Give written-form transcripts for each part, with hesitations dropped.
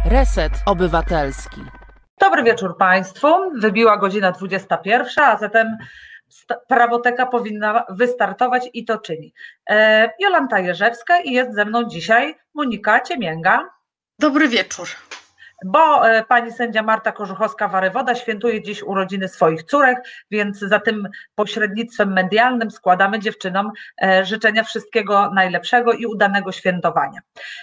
Reset Obywatelski. Dobry wieczór Państwu. Wybiła godzina 21, a zatem Prawoteka powinna wystartować i to czyni. Jolanta Jerzewska i jest ze mną dzisiaj Monika Ciemięga. Dobry wieczór. Bo pani sędzia Marta Korzuchowska-Warywoda świętuje dziś urodziny swoich córek, więc za tym pośrednictwem medialnym składamy dziewczynom życzenia wszystkiego najlepszego i udanego świętowania.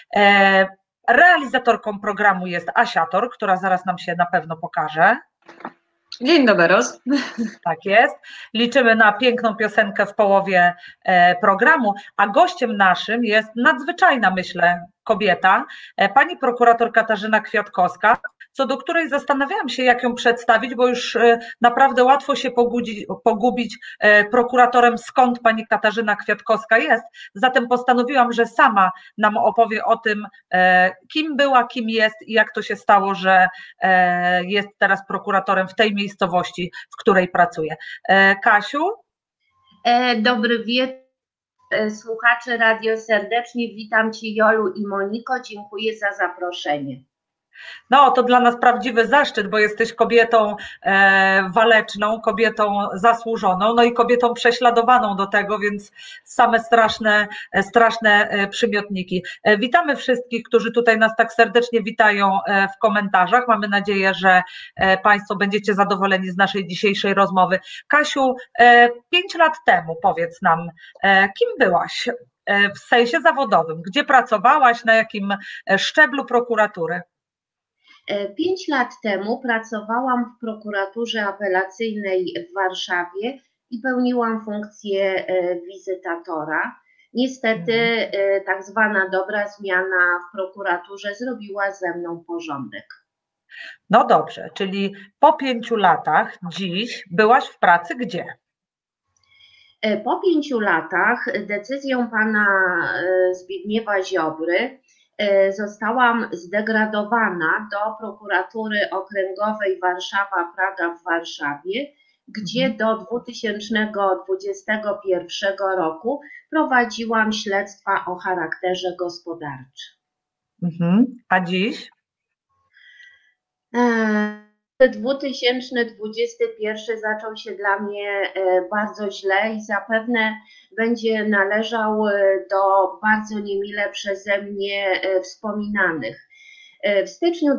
Realizatorką programu jest Asiator, która zaraz nam się na pewno pokaże. Dzień dobry, Ros. Tak jest. Liczymy na piękną piosenkę w połowie programu, a gościem naszym jest nadzwyczajna, myślę, kobieta, pani prokurator Katarzyna Kwiatkowska, co do której zastanawiałam się, jak ją przedstawić, bo już naprawdę łatwo się pogubić prokuratorem, skąd pani Katarzyna Kwiatkowska jest. Zatem postanowiłam, że sama nam opowie o tym, kim była, kim jest i jak to się stało, że jest teraz prokuratorem w tej miejscowości, w której pracuje. Kasiu? Dobry wieczór. Słuchacze radio, serdecznie witam Cię, Jolu i Moniko, dziękuję za zaproszenie. No, to dla nas prawdziwy zaszczyt, bo jesteś kobietą waleczną, kobietą zasłużoną, no i kobietą prześladowaną do tego, więc same straszne przymiotniki. Witamy wszystkich, którzy tutaj nas tak serdecznie witają w komentarzach. Mamy nadzieję, że Państwo będziecie zadowoleni z naszej dzisiejszej rozmowy. Kasiu, 5 lat temu powiedz nam, kim byłaś w sensie zawodowym? Gdzie pracowałaś, na jakim szczeblu prokuratury? 5 lat temu pracowałam w prokuraturze apelacyjnej w Warszawie i pełniłam funkcję wizytatora. Niestety tak zwana dobra zmiana w prokuraturze zrobiła ze mną porządek. No dobrze, czyli po 5 latach dziś byłaś w pracy gdzie? Po 5 latach decyzją pana Zbigniewa Ziobry zostałam zdegradowana do prokuratury okręgowej Warszawa-Praga w Warszawie, gdzie do 2021 roku prowadziłam śledztwa o charakterze gospodarczym. A dziś? 2021 zaczął się dla mnie bardzo źle i zapewne będzie należał do bardzo niemile przeze mnie wspominanych. W styczniu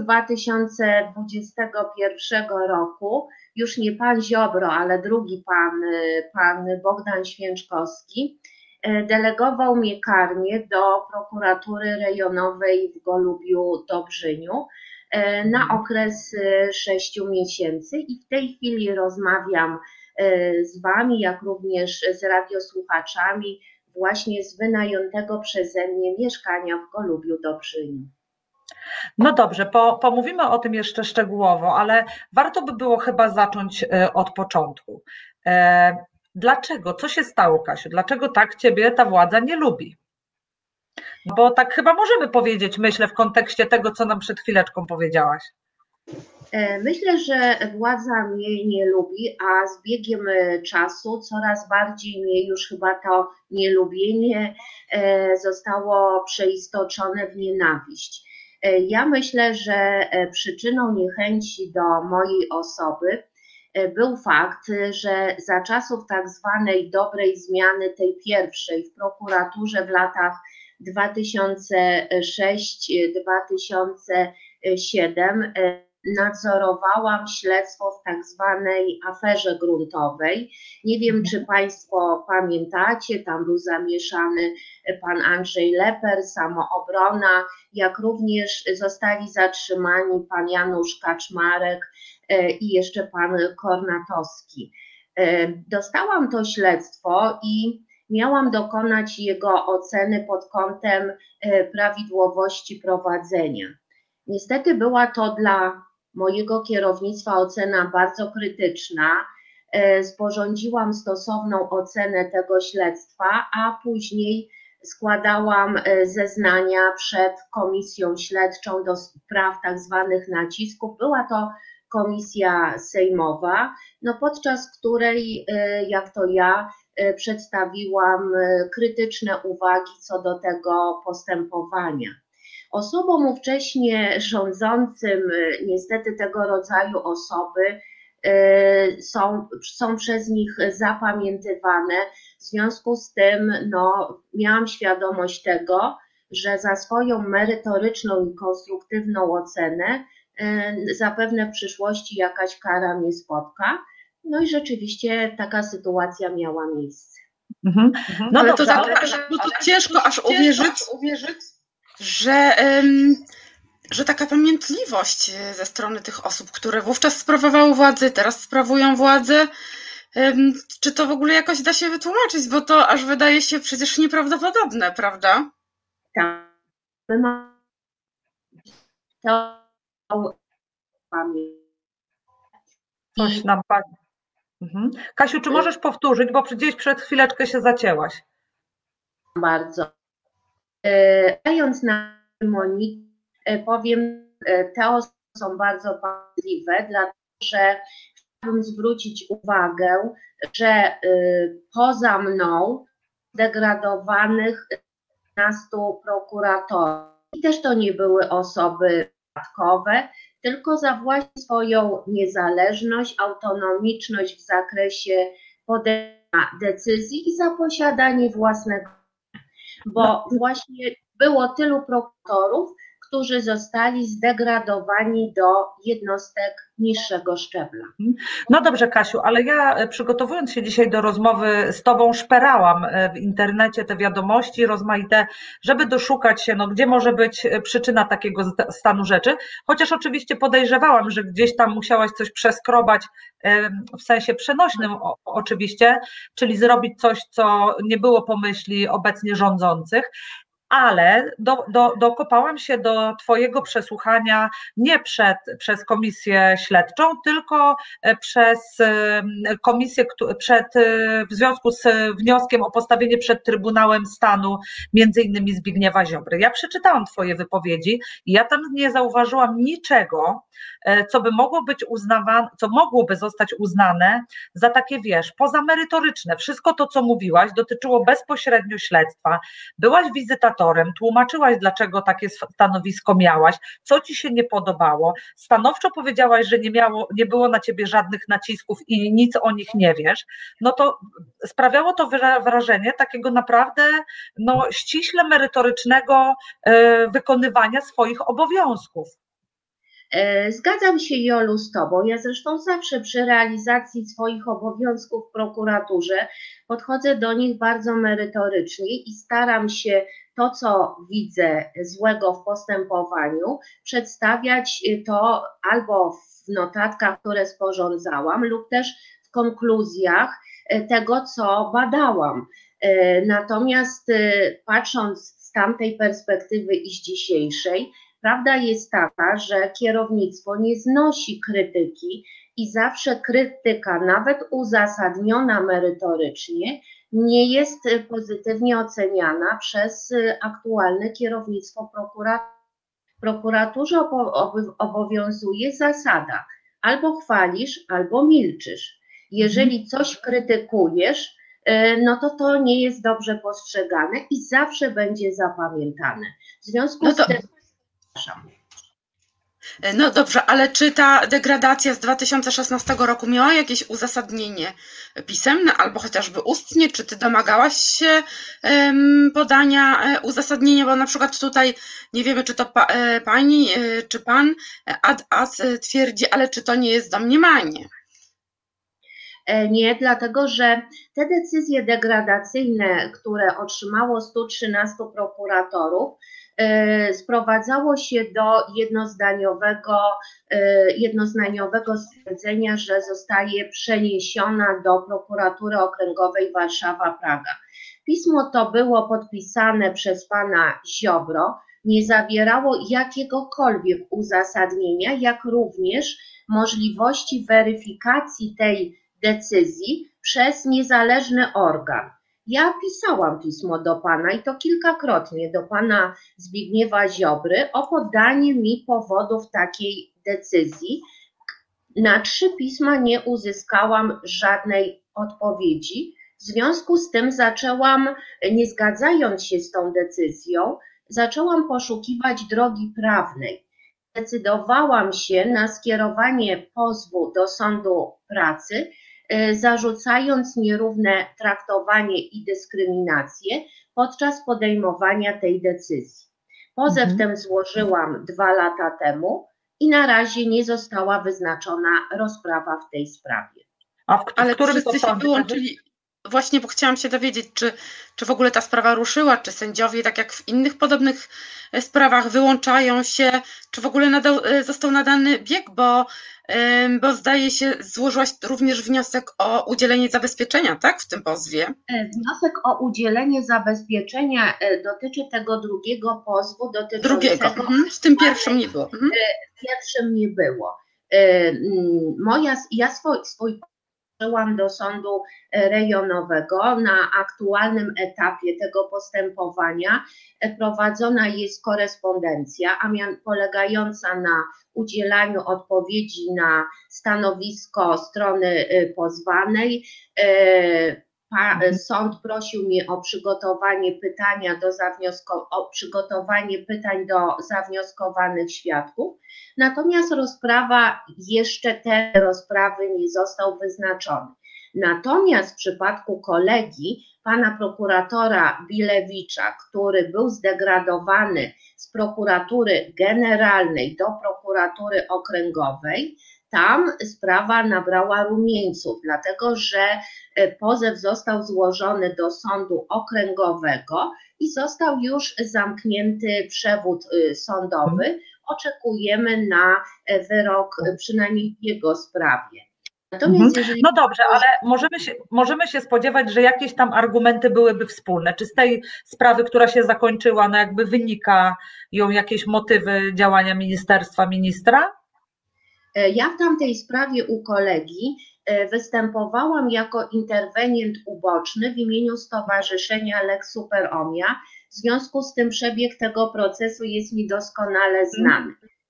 2021 roku już nie pan Ziobro, ale drugi pan Bogdan Święczkowski delegował mnie karnie do prokuratury rejonowej w Golubiu-Dobrzyniu na okres 6 miesięcy i w tej chwili rozmawiam z Wami, jak również z radiosłuchaczami właśnie z wynajętego przeze mnie mieszkania w Golubiu-Dobrzyniu. No dobrze, pomówimy o tym jeszcze szczegółowo, ale warto by było chyba zacząć od początku. Dlaczego? Co się stało, Kasiu? Dlaczego tak Ciebie ta władza nie lubi? Bo tak chyba możemy powiedzieć, myślę, w kontekście tego, co nam przed chwileczką powiedziałaś. Myślę, że władza mnie nie lubi, a z biegiem czasu coraz bardziej mnie już chyba to nielubienie zostało przeistoczone w nienawiść. Ja myślę, że przyczyną niechęci do mojej osoby był fakt, że za czasów tak zwanej dobrej zmiany, tej pierwszej w prokuraturze w latach 2006-2007 nadzorowałam śledztwo w tak zwanej aferze gruntowej. Nie wiem, czy Państwo pamiętacie, tam był zamieszany pan Andrzej Leper, Samoobrona, jak również zostali zatrzymani pan Janusz Kaczmarek i jeszcze pan Kornatowski. Dostałam to śledztwo i miałam dokonać jego oceny pod kątem prawidłowości prowadzenia. Niestety była to dla mojego kierownictwa ocena bardzo krytyczna. Sporządziłam stosowną ocenę tego śledztwa, a później składałam zeznania przed komisją śledczą do spraw tak zwanych nacisków. Była to komisja sejmowa, podczas której, jak to ja, przedstawiłam krytyczne uwagi co do tego postępowania. Osobom ówcześnie rządzącym niestety tego rodzaju osoby są przez nich zapamiętywane. W związku z tym miałam świadomość tego, że za swoją merytoryczną i konstruktywną ocenę zapewne w przyszłości jakaś kara mnie spotka. No i rzeczywiście taka sytuacja miała miejsce. Mhm. No ale dobrze, to, ale bo to ciężko aż uwierzyć, że taka pamiętliwość ze strony tych osób, które wówczas sprawowały władzę, teraz sprawują władzę, czy to w ogóle jakoś da się wytłumaczyć, bo to aż wydaje się przecież nieprawdopodobne, prawda? Tak, my mamy to pamięć. coś nam pani. Mhm. Kasiu, czy możesz powtórzyć, bo gdzieś przed chwileczkę się zacięłaś. Bardzo. Dając na monitor, powiem, te osoby są bardzo pamiętliwe, dlatego że chciałabym zwrócić uwagę, że poza mną zdegradowanych 15 prokuratorów i też to nie były osoby przypadkowe, tylko za właśnie swoją niezależność, autonomiczność w zakresie podejmowania decyzji i za posiadanie własnego, bo właśnie było tylu prokuratorów, którzy zostali zdegradowani do jednostek niższego szczebla. No dobrze, Kasiu, ale ja przygotowując się dzisiaj do rozmowy z Tobą, szperałam w internecie te wiadomości rozmaite, żeby doszukać się, gdzie może być przyczyna takiego stanu rzeczy, chociaż oczywiście podejrzewałam, że gdzieś tam musiałaś coś przeskrobać w sensie przenośnym oczywiście, czyli zrobić coś, co nie było po myśli obecnie rządzących. Ale dokopałam się do Twojego przesłuchania nie przez komisję śledczą, tylko przez komisję, w związku z wnioskiem o postawienie przed Trybunałem Stanu między innymi Zbigniewa Ziobry. Ja przeczytałam Twoje wypowiedzi i ja tam nie zauważyłam niczego, co by mogło być uznawane, co mogłoby zostać uznane za takie, pozamerytoryczne. Wszystko to, co mówiłaś, dotyczyło bezpośrednio śledztwa. Byłaś wizytatorem, tłumaczyłaś, dlaczego takie stanowisko miałaś, co ci się nie podobało. Stanowczo powiedziałaś, że nie było na ciebie żadnych nacisków i nic o nich nie wiesz. No to sprawiało to wrażenie takiego naprawdę ściśle merytorycznego wykonywania swoich obowiązków. Zgadzam się, Jolu, z Tobą. Ja zresztą zawsze przy realizacji swoich obowiązków w prokuraturze podchodzę do nich bardzo merytorycznie i staram się to, co widzę złego w postępowaniu, przedstawiać to albo w notatkach, które sporządzałam, lub też w konkluzjach tego, co badałam. Natomiast patrząc z tamtej perspektywy i z dzisiejszej, prawda jest taka, że kierownictwo nie znosi krytyki i zawsze krytyka, nawet uzasadniona merytorycznie, nie jest pozytywnie oceniana przez aktualne kierownictwo prokuratury. W prokuraturze obowiązuje zasada: albo chwalisz, albo milczysz. Jeżeli coś krytykujesz, to nie jest dobrze postrzegane i zawsze będzie zapamiętane. W związku z tym No dobrze, ale czy ta degradacja z 2016 roku miała jakieś uzasadnienie pisemne albo chociażby ustnie? Czy ty domagałaś się podania uzasadnienia? Bo na przykład tutaj nie wiemy, czy to pani, czy pan twierdzi, ale czy to nie jest domniemanie? Nie, dlatego że te decyzje degradacyjne, które otrzymało 113 prokuratorów, sprowadzało się do jednozdaniowego stwierdzenia, że zostaje przeniesiona do prokuratury okręgowej Warszawa-Praga. Pismo to było podpisane przez pana Ziobro, nie zawierało jakiegokolwiek uzasadnienia, jak również możliwości weryfikacji tej decyzji przez niezależny organ. Ja pisałam pismo do pana i to kilkakrotnie do pana Zbigniewa Ziobry o podanie mi powodów takiej decyzji. Na 3 pisma nie uzyskałam żadnej odpowiedzi. W związku z tym zaczęłam, nie zgadzając się z tą decyzją, zaczęłam poszukiwać drogi prawnej. Zdecydowałam się na skierowanie pozwu do sądu pracy, zarzucając nierówne traktowanie i dyskryminację podczas podejmowania tej decyzji. Pozew ten złożyłam 2 lata temu i na razie nie została wyznaczona rozprawa w tej sprawie. A w Ale którym to wszyscy się sądzie? wyłączyli. Właśnie, bo chciałam się dowiedzieć, czy w ogóle ta sprawa ruszyła, czy sędziowie, tak jak w innych podobnych sprawach, wyłączają się, czy w ogóle został nadany bieg, bo zdaje się, złożyłaś również wniosek o udzielenie zabezpieczenia, tak, w tym pozwie? Wniosek o udzielenie zabezpieczenia dotyczy tego drugiego pozwu, Drugiego, z tym pierwszym nie było. Pierwszym nie było. Ja swój złożyłam do sądu rejonowego. Na aktualnym etapie tego postępowania prowadzona jest korespondencja, polegająca na udzielaniu odpowiedzi na stanowisko strony pozwanej. Sąd prosił mnie o przygotowanie pytań do zawnioskowanych świadków, natomiast jeszcze te rozprawy nie został wyznaczony. Natomiast w przypadku kolegi, pana prokuratora Bilewicza, który był zdegradowany z prokuratury generalnej do prokuratury okręgowej, tam sprawa nabrała rumieńców, dlatego że pozew został złożony do sądu okręgowego i został już zamknięty przewód sądowy. Oczekujemy na wyrok przynajmniej w jego sprawie. Natomiast no dobrze, ale możemy się spodziewać, że jakieś tam argumenty byłyby wspólne. Czy z tej sprawy, która się zakończyła, no jakby wynikają jakieś motywy działania ministerstwa, ministra? Ja w tamtej sprawie u kolegi występowałam jako interwenient uboczny w imieniu Stowarzyszenia Lex Super Omnia. W związku z tym przebieg tego procesu jest mi doskonale znany.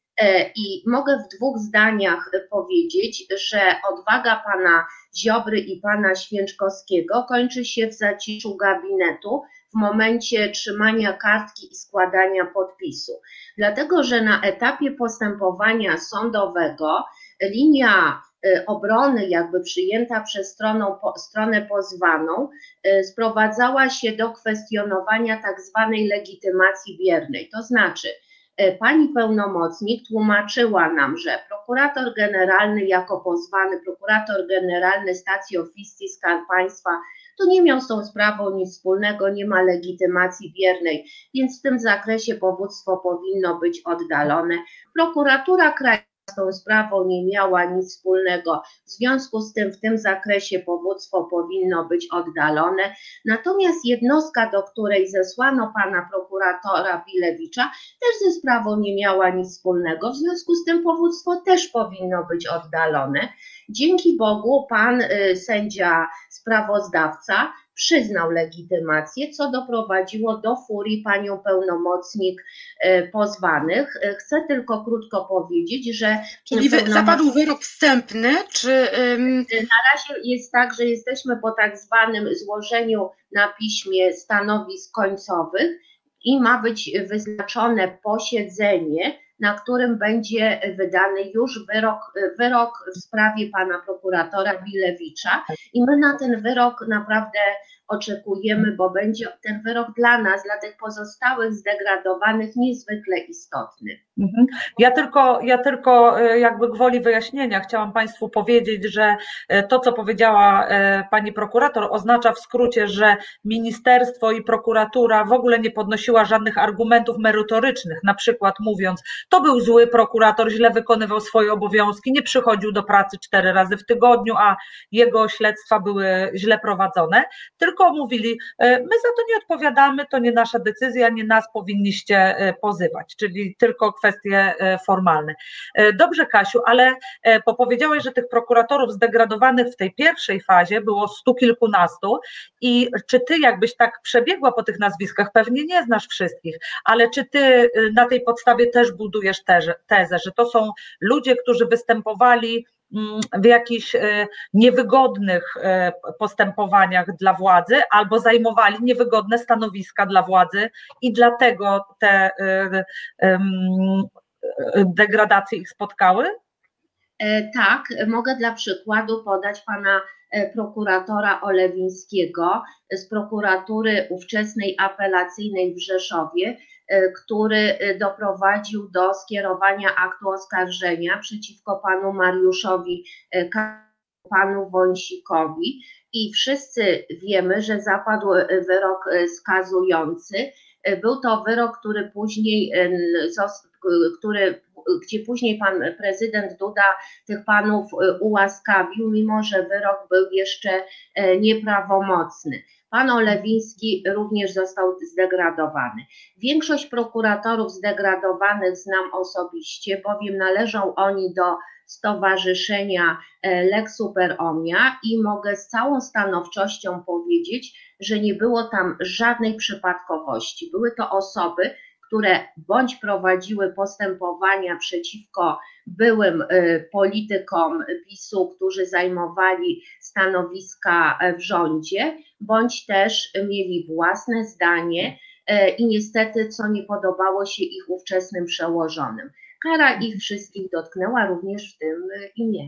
I mogę w 2 zdaniach powiedzieć, że odwaga pana Ziobry i pana Święczkowskiego kończy się w zaciszu gabinetu w momencie trzymania kartki i składania podpisu. Dlatego, że na etapie postępowania sądowego linia obrony jakby przyjęta przez stronę pozwaną sprowadzała się do kwestionowania tak zwanej legitymacji biernej. To znaczy pani pełnomocnik tłumaczyła nam, że prokurator generalny jako pozwany, prokurator generalny Stacji Officii Skarb Państwa to nie miał z tą sprawą nic wspólnego, nie ma legitymacji biernej, więc w tym zakresie powództwo powinno być oddalone. Prokuratura krajowa z tą sprawą nie miała nic wspólnego, w związku z tym w tym zakresie powództwo powinno być oddalone. Natomiast jednostka, do której zesłano pana prokuratora Bilewicza, też ze sprawą nie miała nic wspólnego, w związku z tym powództwo też powinno być oddalone. Dzięki Bogu pan sędzia sprawozdawca przyznał legitymację, co doprowadziło do furii panią pełnomocnik pozwanych. Chcę tylko krótko powiedzieć, że... Czyli zapadł wyrok wstępny, czy... Na razie jest tak, że jesteśmy po tak zwanym złożeniu na piśmie stanowisk końcowych i ma być wyznaczone posiedzenie, na którym będzie wydany już wyrok w sprawie pana prokuratora Bilewicza i my na ten wyrok naprawdę oczekujemy, bo będzie ten wyrok dla nas, dla tych pozostałych zdegradowanych niezwykle istotny. Ja tylko jakby gwoli wyjaśnienia chciałam Państwu powiedzieć, że to, co powiedziała pani prokurator, oznacza w skrócie, że ministerstwo i prokuratura w ogóle nie podnosiła żadnych argumentów merytorycznych, na przykład mówiąc, to był zły prokurator, źle wykonywał swoje obowiązki, nie przychodził do pracy 4 razy w tygodniu, a jego śledztwa były źle prowadzone, tylko mówili, my za to nie odpowiadamy, to nie nasza decyzja, nie nas powinniście pozywać, czyli tylko kwestie formalne. Dobrze, Kasiu, ale powiedziałaś, że tych prokuratorów zdegradowanych w tej pierwszej fazie było 100 kilkunastu i czy ty jakbyś tak przebiegła po tych nazwiskach, pewnie nie znasz wszystkich, ale czy ty na tej podstawie też budujesz tezę, że to są ludzie, którzy występowali w jakichś niewygodnych postępowaniach dla władzy albo zajmowali niewygodne stanowiska dla władzy i dlatego te degradacje ich spotkały? Tak, mogę dla przykładu podać pana prokuratora Olewińskiego z prokuratury ówczesnej apelacyjnej w Rzeszowie, który doprowadził do skierowania aktu oskarżenia przeciwko panu Mariuszowi, panu Wąsikowi i wszyscy wiemy, że zapadł wyrok skazujący. Był to wyrok, gdzie później pan prezydent Duda tych panów ułaskawił, mimo że wyrok był jeszcze nieprawomocny. Pan Olewiński również został zdegradowany. Większość prokuratorów zdegradowanych znam osobiście, bowiem należą oni do stowarzyszenia Lex Super Omnia i mogę z całą stanowczością powiedzieć, że nie było tam żadnej przypadkowości. Były to osoby, które bądź prowadziły postępowania przeciwko byłym politykom PiS-u, którzy zajmowali stanowiska w rządzie, bądź też mieli własne zdanie i niestety, co nie podobało się ich ówczesnym przełożonym. Kara ich wszystkich dotknęła, również w tym i mnie.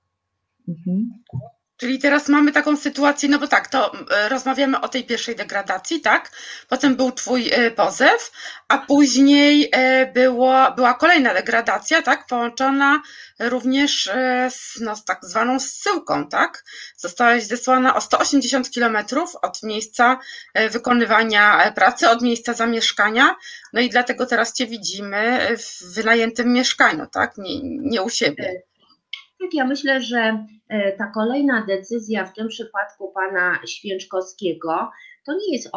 Czyli teraz mamy taką sytuację, no bo tak, to rozmawiamy o tej pierwszej degradacji, tak? Potem był twój pozew, a później była kolejna degradacja, tak? Połączona również z tak zwaną zsyłką, tak? Zostałaś zesłana o 180 kilometrów od miejsca wykonywania pracy, od miejsca zamieszkania, no i dlatego teraz cię widzimy w wynajętym mieszkaniu, tak? Nie u siebie. Tak, ja myślę, że ta kolejna decyzja w tym przypadku pana Święczkowskiego to nie jest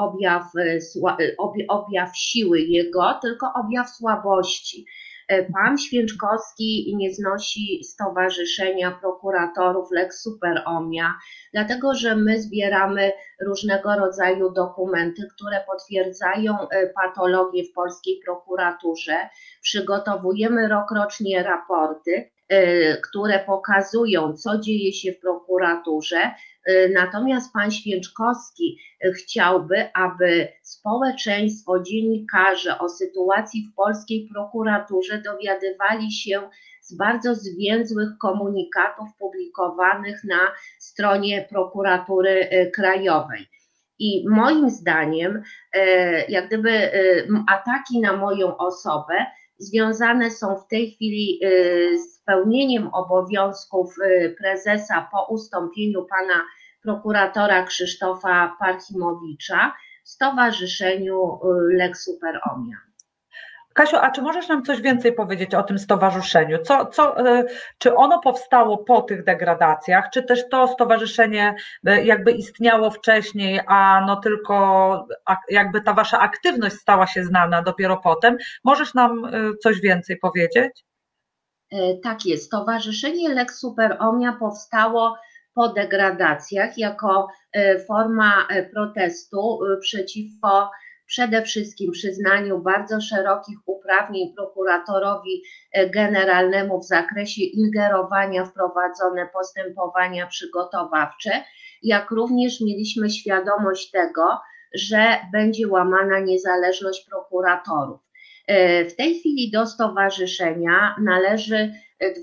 objaw siły jego, tylko objaw słabości. Pan Święczkowski nie znosi Stowarzyszenia Prokuratorów Lex Super Omnia, dlatego że my zbieramy różnego rodzaju dokumenty, które potwierdzają patologię w polskiej prokuraturze. Przygotowujemy rokrocznie raporty, które pokazują, co dzieje się w prokuraturze. Natomiast pan Święczkowski chciałby, aby społeczeństwo, dziennikarze o sytuacji w polskiej prokuraturze dowiadywali się z bardzo zwięzłych komunikatów publikowanych na stronie prokuratury krajowej. I moim zdaniem, jak gdyby ataki na moją osobę związane są w tej chwili z pełnieniem obowiązków prezesa po ustąpieniu pana prokuratora Krzysztofa Parchimowicza w Stowarzyszeniu Lex Super Omnia. Kasiu, a czy możesz nam coś więcej powiedzieć o tym stowarzyszeniu? Czy ono powstało po tych degradacjach, czy też to stowarzyszenie jakby istniało wcześniej, a no tylko jakby ta wasza aktywność stała się znana dopiero potem? Możesz nam coś więcej powiedzieć? Tak jest. Stowarzyszenie Lex Super Omnia powstało po degradacjach jako forma protestu przeciwko przede wszystkim przyznaniu bardzo szerokich uprawnień prokuratorowi generalnemu w zakresie ingerowania w prowadzone postępowania przygotowawcze, jak również mieliśmy świadomość tego, że będzie łamana niezależność prokuratorów. W tej chwili do stowarzyszenia należy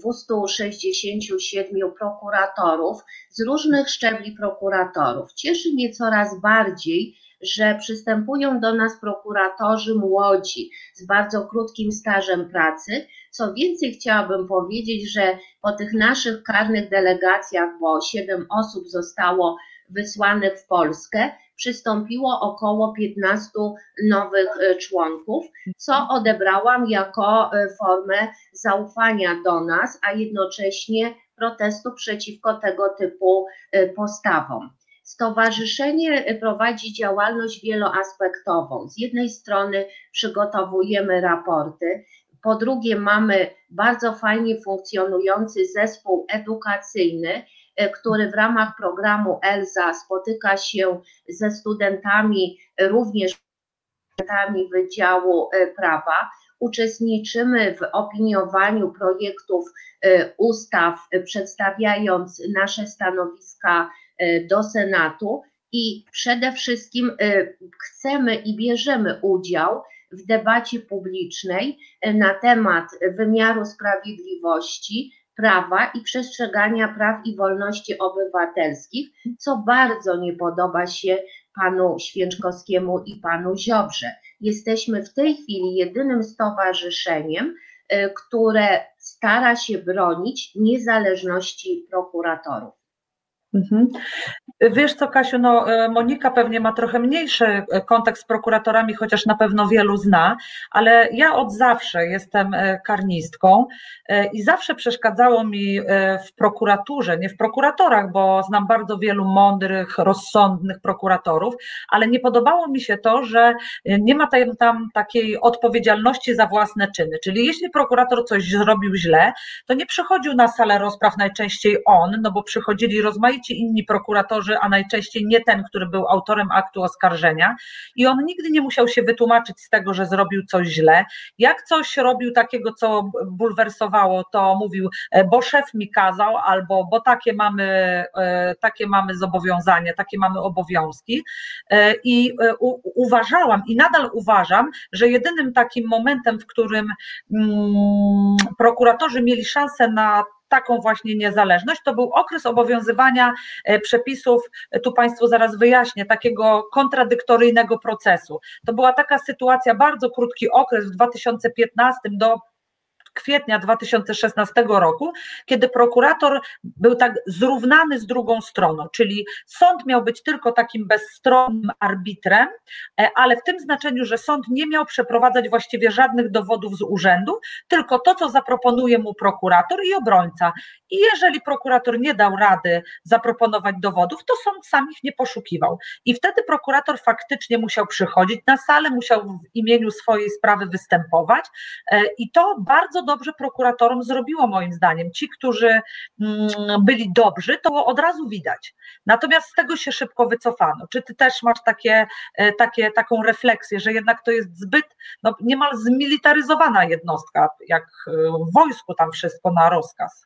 267 prokuratorów z różnych szczebli prokuratorów. Cieszy mnie coraz bardziej, że przystępują do nas prokuratorzy młodzi z bardzo krótkim stażem pracy. Co więcej, chciałabym powiedzieć, że po tych naszych karnych delegacjach, bo 7 osób zostało wysłanych w Polskę, przystąpiło około 15 nowych członków, co odebrałam jako formę zaufania do nas, a jednocześnie protestu przeciwko tego typu postawom. Stowarzyszenie prowadzi działalność wieloaspektową. Z jednej strony przygotowujemy raporty, po drugie mamy bardzo fajnie funkcjonujący zespół edukacyjny, który w ramach programu ELZA spotyka się ze studentami, również studentami Wydziału Prawa. uczestniczymy w opiniowaniu projektów ustaw, przedstawiając nasze stanowiska do Senatu i przede wszystkim chcemy i bierzemy udział w debacie publicznej na temat wymiaru sprawiedliwości, prawa i przestrzegania praw i wolności obywatelskich, co bardzo nie podoba się panu Święczkowskiemu i panu Ziobrze. Jesteśmy w tej chwili jedynym stowarzyszeniem, które stara się bronić niezależności prokuratorów. Wiesz co, Kasiu, no Monika pewnie ma trochę mniejszy kontakt z prokuratorami, chociaż na pewno wielu zna, ale ja od zawsze jestem karnistką i zawsze przeszkadzało mi w prokuraturze, nie w prokuratorach, bo znam bardzo wielu mądrych, rozsądnych prokuratorów, ale nie podobało mi się to, że nie ma tam takiej odpowiedzialności za własne czyny, czyli jeśli prokurator coś zrobił źle, to nie przychodził na salę rozpraw najczęściej on, no bo przychodzili rozmaici inni prokuratorzy, a najczęściej nie ten, który był autorem aktu oskarżenia i on nigdy nie musiał się wytłumaczyć z tego, że zrobił coś źle. Jak coś robił takiego, co bulwersowało, to mówił, bo szef mi kazał, albo bo takie mamy zobowiązania, takie mamy obowiązki i uważałam i nadal uważam, że jedynym takim momentem, w którym prokuratorzy mieli szansę na taką właśnie niezależność, to był okres obowiązywania przepisów, tu Państwu zaraz wyjaśnię, takiego kontradyktoryjnego procesu. To była taka sytuacja, bardzo krótki okres w 2015 do kwietnia 2016 roku, kiedy prokurator był tak zrównany z drugą stroną, czyli sąd miał być tylko takim bezstronnym arbitrem, ale w tym znaczeniu, że sąd nie miał przeprowadzać właściwie żadnych dowodów z urzędu, tylko to, co zaproponuje mu prokurator i obrońca. I jeżeli prokurator nie dał rady zaproponować dowodów, to sąd sam ich nie poszukiwał. I wtedy prokurator faktycznie musiał przychodzić na salę, musiał w imieniu swojej sprawy występować i to bardzo dobrze prokuratorom zrobiło moim zdaniem. Ci, którzy byli dobrzy, to od razu widać. Natomiast z tego się szybko wycofano. Czy ty też masz taką refleksję, że jednak to jest zbyt niemal zmilitaryzowana jednostka, jak w wojsku tam wszystko na rozkaz?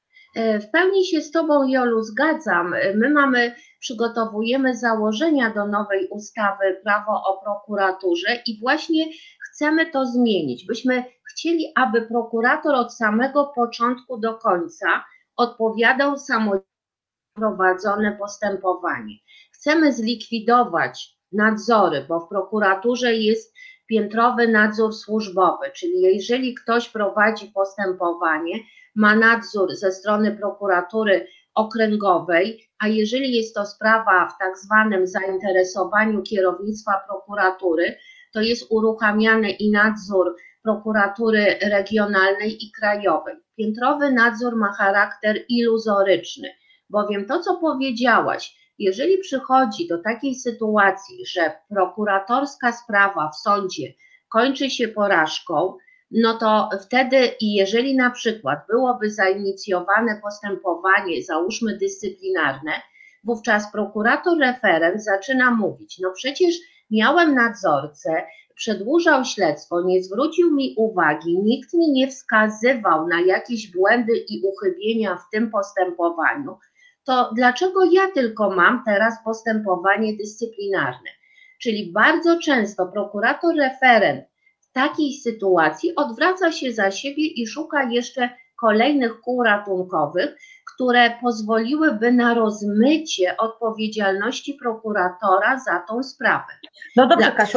W pełni się z Tobą, Jolu, zgadzam. My przygotowujemy założenia do nowej ustawy Prawo o prokuraturze i właśnie chcemy to zmienić. Byśmy chcieli, aby prokurator od samego początku do końca odpowiadał samodzielnie za prowadzone postępowanie. Chcemy zlikwidować nadzory, bo w prokuraturze jest piętrowy nadzór służbowy, czyli jeżeli ktoś prowadzi postępowanie, ma nadzór ze strony prokuratury okręgowej, a jeżeli jest to sprawa w tak zwanym zainteresowaniu kierownictwa prokuratury, to jest uruchamiany i nadzór prokuratury regionalnej i krajowej. Piętrowy nadzór ma charakter iluzoryczny, bowiem to, co powiedziałaś, jeżeli przychodzi do takiej sytuacji, że prokuratorska sprawa w sądzie kończy się porażką, no to wtedy i jeżeli na przykład byłoby zainicjowane postępowanie, załóżmy dyscyplinarne, wówczas prokurator referent zaczyna mówić, no przecież miałem nadzorcę, przedłużał śledztwo, nie zwrócił mi uwagi, nikt mi nie wskazywał na jakieś błędy i uchybienia w tym postępowaniu, to dlaczego ja tylko mam teraz postępowanie dyscyplinarne? Czyli bardzo często prokurator referent w takiej sytuacji odwraca się za siebie i szuka jeszcze kolejnych kół ratunkowych, które pozwoliłyby na rozmycie odpowiedzialności prokuratora za tą sprawę. No dobrze, Kasiu,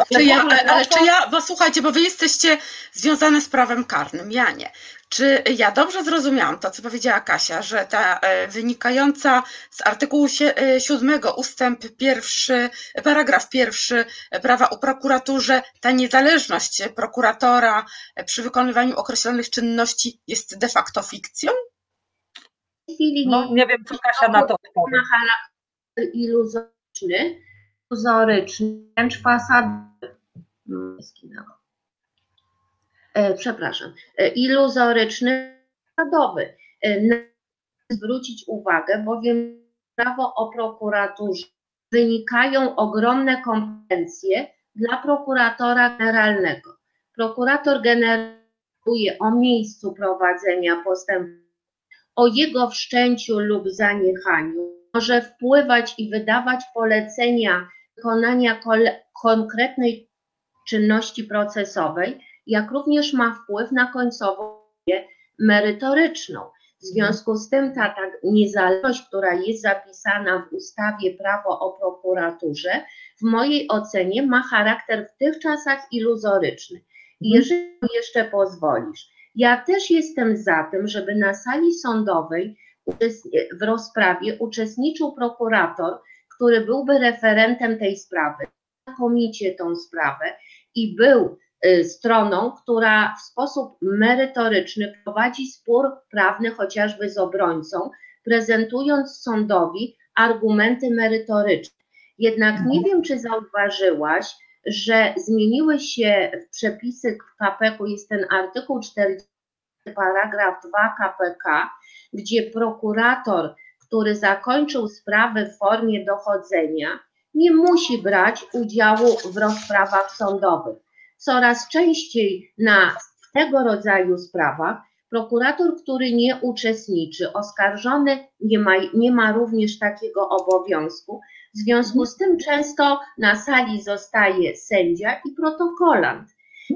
bo słuchajcie, bo wy jesteście związane z prawem karnym, ja nie. Czy ja dobrze zrozumiałam to, co powiedziała Kasia, że ta wynikająca z artykułu 7 ustęp 1, paragraf 1 prawa o prokuraturze, ta niezależność prokuratora przy wykonywaniu określonych czynności jest de facto fikcją? W chwili nie wiem, co Kasia na to odpowie. Ma charakter iluzoryczny, wręcz fasadowy. Iluzoryczny, fasadowy. Zwrócić uwagę, bowiem prawo o prokuraturze wynikają ogromne kompetencje dla prokuratora generalnego. prokurator generuje o miejscu prowadzenia postępowania, o jego wszczęciu lub zaniechaniu, może wpływać i wydawać polecenia wykonania konkretnej czynności procesowej, jak również ma wpływ na końcową merytoryczną. W związku z tym ta niezależność, która jest zapisana w ustawie Prawo o prokuraturze, w mojej ocenie ma charakter w tych czasach iluzoryczny. I jeżeli jeszcze pozwolisz, ja też jestem za tym, żeby na sali sądowej w rozprawie uczestniczył prokurator, który byłby referentem tej sprawy, znakomicie tą sprawę i był stroną, która w sposób merytoryczny prowadzi spór prawny chociażby z obrońcą, prezentując sądowi argumenty merytoryczne. Jednak nie wiem, czy zauważyłaś, że zmieniły się przepisy w KPK, jest ten artykuł 40, paragraf 2 KPK, gdzie prokurator, który zakończył sprawę w formie dochodzenia, nie musi brać udziału w rozprawach sądowych. Coraz częściej w tego rodzaju sprawach prokurator, który nie uczestniczy, oskarżony nie ma również takiego obowiązku. W związku z tym często na sali zostaje sędzia i protokolant.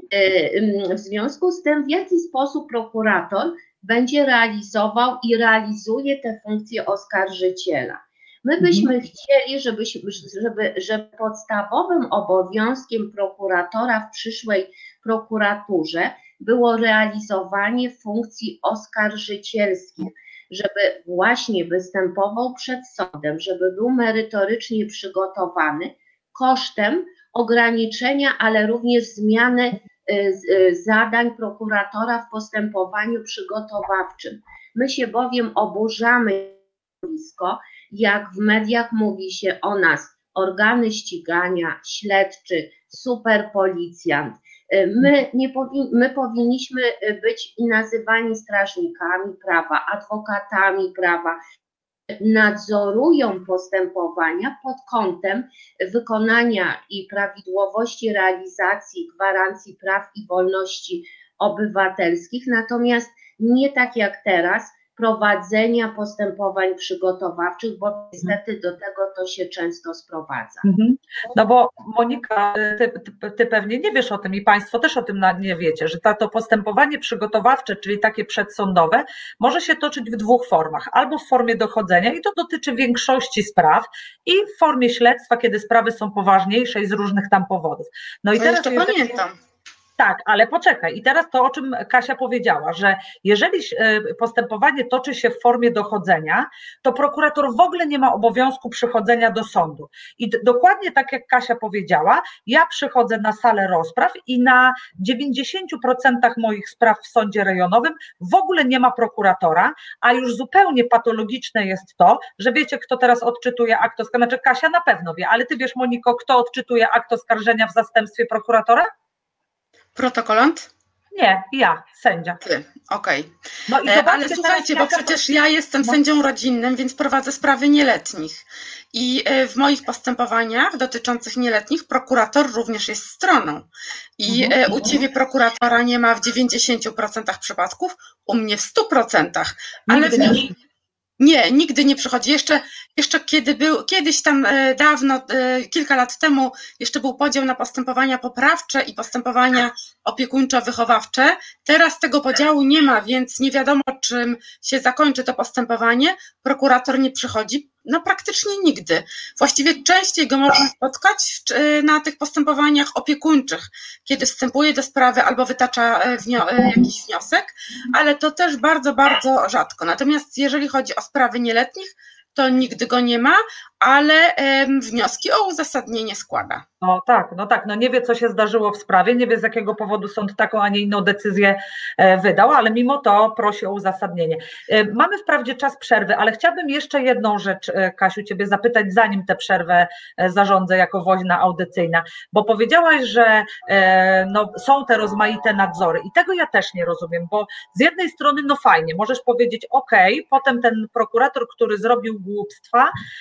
W związku z tym, w jaki sposób prokurator będzie realizował i realizuje te funkcje oskarżyciela. My byśmy chcieli, żeby podstawowym obowiązkiem prokuratora w przyszłej prokuraturze było realizowanie funkcji oskarżycielskich, żeby właśnie występował przed sądem, żeby był merytorycznie przygotowany kosztem ograniczenia, ale również zmiany zadań prokuratora w postępowaniu przygotowawczym. My się bowiem oburzamy blisko, jak w mediach mówi się o nas organy ścigania, śledczy, superpolicjant. My powinniśmy być i nazywani strażnikami prawa, adwokatami prawa, nadzorują postępowania pod kątem wykonania i prawidłowości realizacji gwarancji praw i wolności obywatelskich, natomiast nie tak jak teraz prowadzenia postępowań przygotowawczych, bo niestety do tego to się często sprowadza. No bo Monika, ty pewnie nie wiesz o tym i Państwo też o tym nie wiecie, że to postępowanie przygotowawcze, czyli takie przedsądowe, może się toczyć w dwóch formach. Albo w formie dochodzenia i to dotyczy większości spraw i w formie śledztwa, kiedy sprawy są poważniejsze i z różnych tam powodów. No i teraz jeszcze pamiętam. Tak, ale poczekaj. I teraz to, o czym Kasia powiedziała, że jeżeli postępowanie toczy się w formie dochodzenia, to prokurator w ogóle nie ma obowiązku przychodzenia do sądu. I dokładnie tak jak Kasia powiedziała, ja przychodzę na salę rozpraw i na 90% moich spraw w sądzie rejonowym w ogóle nie ma prokuratora, a już zupełnie patologiczne jest to, że wiecie, kto teraz odczytuje akt oskarżenia, znaczy Kasia na pewno wie, ale ty wiesz, Moniko, kto odczytuje akt oskarżenia w zastępstwie prokuratora? Protokolant? Nie, ja, sędzia. Ty, okej. No i ale słuchajcie, bo przecież ja jestem sędzią rodzinnym, więc prowadzę sprawy nieletnich. I w moich postępowaniach dotyczących nieletnich prokurator również jest stroną. I u ciebie prokuratora nie ma w 90% przypadków, u mnie w 100%. Ale nigdy nie przychodzi. Jeszcze kiedyś tam dawno, kilka lat temu, jeszcze był podział na postępowania poprawcze i postępowania opiekuńczo-wychowawcze. Teraz tego podziału nie ma, więc nie wiadomo, czym się zakończy to postępowanie. Prokurator nie przychodzi, no praktycznie nigdy. Właściwie częściej go można spotkać na tych postępowaniach opiekuńczych, kiedy wstępuje do sprawy albo wytacza jakiś wniosek, ale to też bardzo, bardzo rzadko. Natomiast jeżeli chodzi o sprawy nieletnich, to nigdy go nie ma, ale wnioski o uzasadnienie składa. No tak, no nie wie, co się zdarzyło w sprawie, nie wie, z jakiego powodu sąd taką, a nie inną decyzję wydał, ale mimo to prosi o uzasadnienie. Mamy wprawdzie czas przerwy, ale chciałabym jeszcze jedną rzecz, Kasiu, ciebie zapytać, zanim tę przerwę zarządzę jako woźna audycyjna, bo powiedziałaś, że no, są te rozmaite nadzory i tego ja też nie rozumiem, bo z jednej strony no fajnie, możesz powiedzieć okej, potem ten prokurator, który zrobił głupstwa,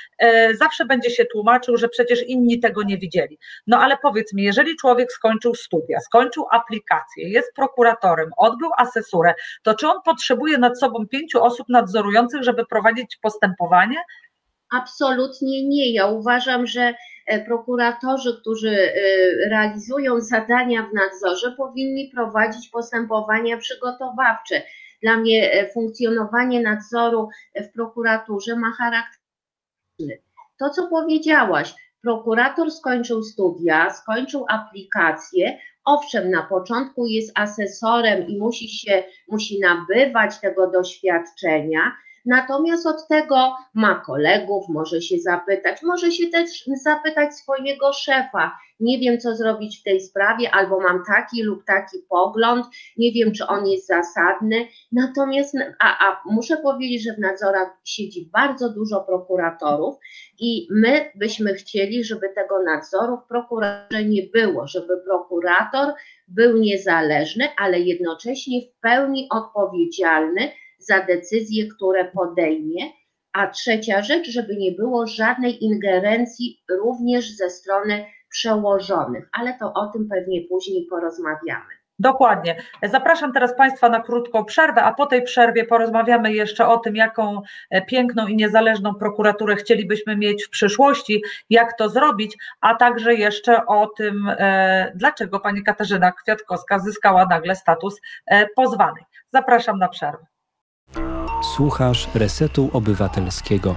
zawsze będzie się tłumaczył, że przecież inni tego nie widzieli. No ale powiedz mi, jeżeli człowiek skończył studia, skończył aplikację, jest prokuratorem, odbył asesurę, to czy on potrzebuje nad sobą 5 osób nadzorujących, żeby prowadzić postępowanie? Absolutnie nie. Ja uważam, że prokuratorzy, którzy realizują zadania w nadzorze, powinni prowadzić postępowania przygotowawcze. Dla mnie funkcjonowanie nadzoru w prokuraturze ma charakter. To, co powiedziałaś, prokurator skończył studia, skończył aplikację, owszem, na początku jest asesorem i musi nabywać tego doświadczenia, natomiast od tego ma kolegów, może się też zapytać swojego szefa, nie wiem, co zrobić w tej sprawie, albo mam taki lub taki pogląd, nie wiem, czy on jest zasadny, natomiast, muszę powiedzieć, że w nadzorach siedzi bardzo dużo prokuratorów i my byśmy chcieli, żeby tego nadzoru w prokuraturze nie było, żeby prokurator był niezależny, ale jednocześnie w pełni odpowiedzialny za decyzje, które podejmie. A trzecia rzecz, żeby nie było żadnej ingerencji również ze strony przełożonych, ale to o tym pewnie później porozmawiamy. Dokładnie. Zapraszam teraz Państwa na krótką przerwę, a po tej przerwie porozmawiamy jeszcze o tym, jaką piękną i niezależną prokuraturę chcielibyśmy mieć w przyszłości, jak to zrobić, a także jeszcze o tym, dlaczego pani Katarzyna Kwiatkowska zyskała nagle status pozwanej. Zapraszam na przerwę. Słuchasz Resetu Obywatelskiego.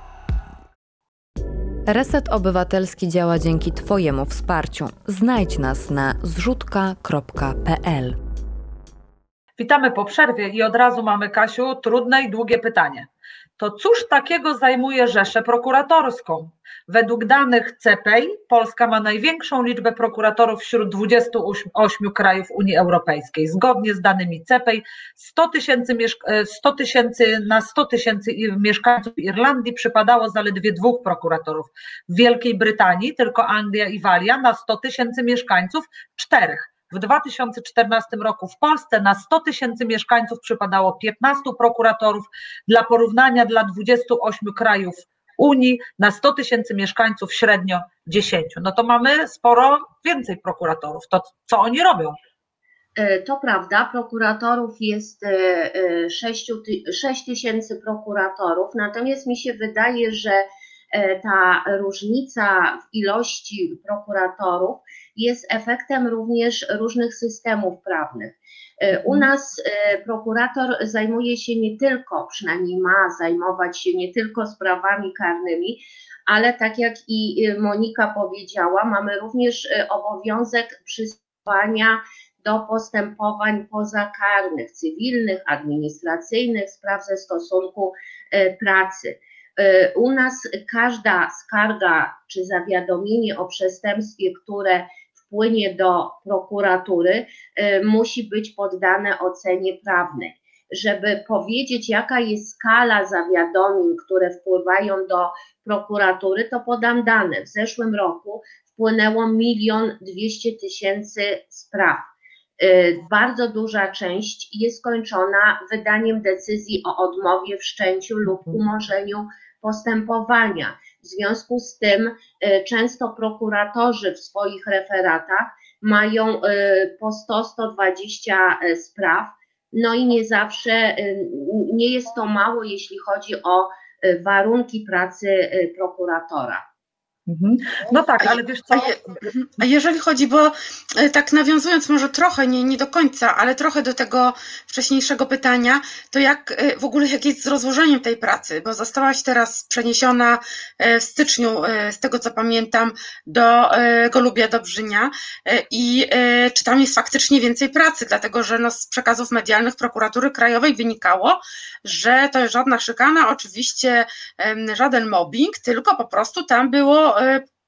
Reset Obywatelski działa dzięki Twojemu wsparciu. Znajdź nas na zrzutka.pl. Witamy po przerwie i od razu mamy, Kasiu, trudne i długie pytanie. To cóż takiego zajmuje Rzeszę Prokuratorską? Według danych CEPEI Polska ma największą liczbę prokuratorów wśród 28 krajów Unii Europejskiej. Zgodnie z danymi CEPEI 100 na 100 tysięcy mieszkańców Irlandii przypadało zaledwie 2 prokuratorów. W Wielkiej Brytanii tylko Anglia i Walia na 100 tysięcy mieszkańców 4. W 2014 roku w Polsce na 100 tysięcy mieszkańców przypadało 15 prokuratorów. Dla porównania dla 28 krajów Unii na 100 tysięcy mieszkańców średnio 10. No to mamy sporo więcej prokuratorów. To co oni robią? To prawda, prokuratorów jest 6 tysięcy prokuratorów, natomiast mi się wydaje, że ta różnica w ilości prokuratorów jest efektem również różnych systemów prawnych. U nas prokurator zajmuje się nie tylko, przynajmniej ma zajmować się nie tylko sprawami karnymi, ale tak jak i Monika powiedziała, mamy również obowiązek przystępowania do postępowań pozakarnych, cywilnych, administracyjnych, spraw ze stosunku pracy. U nas każda skarga czy zawiadomienie o przestępstwie, które wpłynie do prokuratury, musi być poddane ocenie prawnej. Żeby powiedzieć, jaka jest skala zawiadomień, które wpływają do prokuratury, to podam dane. W zeszłym roku wpłynęło 1 200 000 spraw. Bardzo duża część jest kończona wydaniem decyzji o odmowie wszczęciu lub umorzeniu postępowania. W związku z tym często prokuratorzy w swoich referatach mają po 100-120 spraw, no i nie zawsze, nie jest to mało, jeśli chodzi o warunki pracy prokuratora. No tak, ale wiesz co? A jeżeli chodzi, bo tak nawiązując może trochę, nie do końca, ale trochę do tego wcześniejszego pytania, to jak w ogóle jak jest z rozłożeniem tej pracy, bo zostałaś teraz przeniesiona w styczniu, z tego co pamiętam, do Golubia Dobrzynia i czy tam jest faktycznie więcej pracy, dlatego że no, z przekazów medialnych Prokuratury Krajowej wynikało, że to jest żadna szykana, oczywiście żaden mobbing, tylko po prostu tam było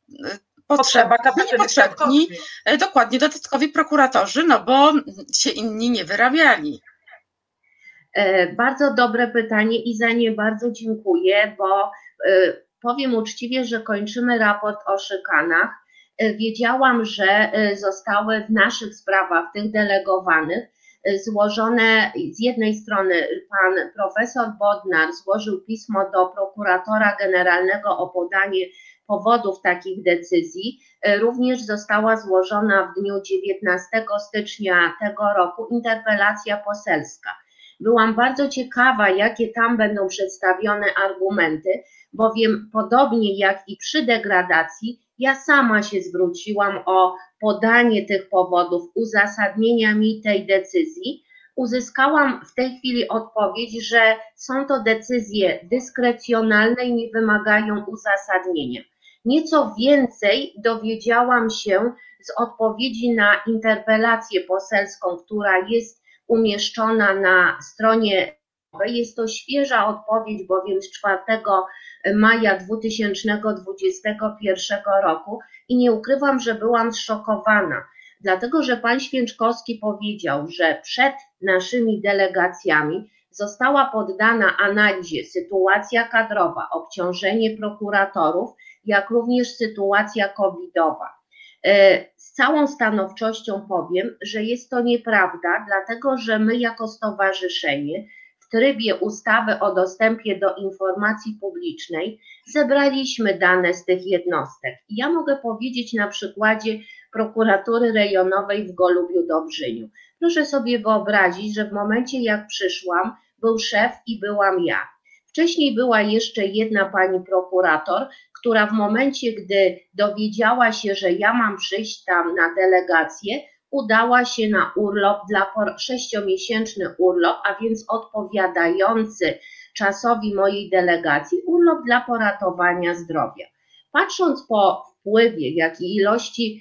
potrzebni dokładnie dodatkowi prokuratorzy, no bo się inni nie wyrabiali. Bardzo dobre pytanie i za nie bardzo dziękuję, bo powiem uczciwie, że kończymy raport o szykanach. Wiedziałam, że zostały w naszych sprawach, tych delegowanych, złożone, z jednej strony pan profesor Bodnar złożył pismo do prokuratora generalnego o podanie powodów takich decyzji. Również została złożona w dniu 19 stycznia tego roku interpelacja poselska. Byłam bardzo ciekawa, jakie tam będą przedstawione argumenty, bowiem podobnie jak i przy degradacji, ja sama się zwróciłam o podanie tych powodów, uzasadnienia mi tej decyzji. Uzyskałam w tej chwili odpowiedź, że są to decyzje dyskrecjonalne i nie wymagają uzasadnienia. Nieco więcej dowiedziałam się z odpowiedzi na interpelację poselską, która jest umieszczona na stronie. Jest to świeża odpowiedź, bowiem z 4 maja 2021 roku i nie ukrywam, że byłam zszokowana, dlatego że pan Święczkowski powiedział, że przed naszymi delegacjami została poddana analizie sytuacja kadrowa, obciążenie prokuratorów, jak również sytuacja covidowa. Z całą stanowczością powiem, że jest to nieprawda, dlatego że my jako stowarzyszenie w trybie ustawy o dostępie do informacji publicznej zebraliśmy dane z tych jednostek. I ja mogę powiedzieć na przykładzie prokuratury rejonowej w Golubiu-Dobrzyniu. Proszę sobie wyobrazić, że w momencie jak przyszłam, był szef i byłam ja. Wcześniej była jeszcze jedna pani prokurator, która w momencie, gdy dowiedziała się, że ja mam przyjść tam na delegację, udała się na urlop, 6-miesięczny urlop, a więc odpowiadający czasowi mojej delegacji, urlop dla poratowania zdrowia. Patrząc po wpływie, jak i ilości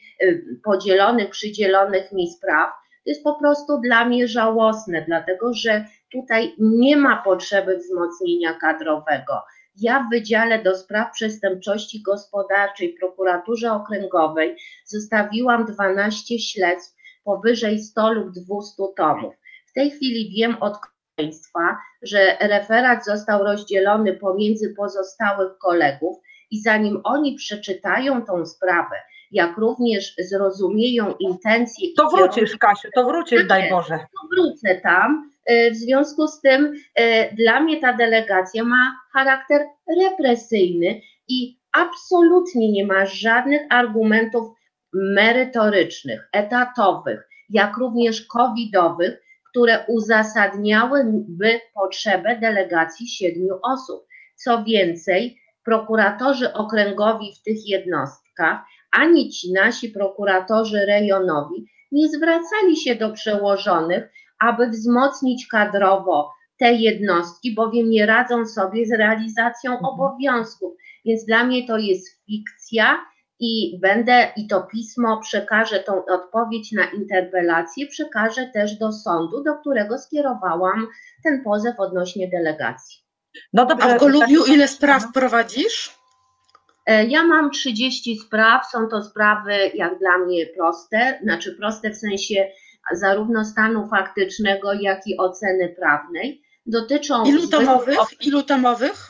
przydzielonych mi spraw, to jest po prostu dla mnie żałosne, dlatego że tutaj nie ma potrzeby wzmocnienia kadrowego. Ja w Wydziale do Spraw Przestępczości Gospodarczej Prokuraturze Okręgowej zostawiłam 12 śledztw, powyżej 100 lub 200 tomów. W tej chwili wiem od państwa, że referat został rozdzielony pomiędzy pozostałych kolegów i zanim oni przeczytają tą sprawę, jak również zrozumieją intencje. To wrócisz, Kasiu, to wrócisz, daj Boże. To wrócę tam. W związku z tym dla mnie ta delegacja ma charakter represyjny i absolutnie nie ma żadnych argumentów merytorycznych, etatowych, jak również covidowych, które uzasadniałyby potrzebę delegacji 7 osób. Co więcej, prokuratorzy okręgowi w tych jednostkach, ani ci nasi prokuratorzy rejonowi nie zwracali się do przełożonych, aby wzmocnić kadrowo te jednostki, bowiem nie radzą sobie z realizacją obowiązków. Więc dla mnie to jest fikcja i to pismo przekażę, tą odpowiedź na interpelację przekażę też do sądu, do którego skierowałam ten pozew odnośnie delegacji. No dobrze, a w Golubiu ile spraw prowadzisz? Ja mam 30 spraw, są to sprawy jak dla mnie proste, znaczy proste w sensie zarówno stanu faktycznego, jak i oceny prawnej. Dotyczą Ilu tomowych?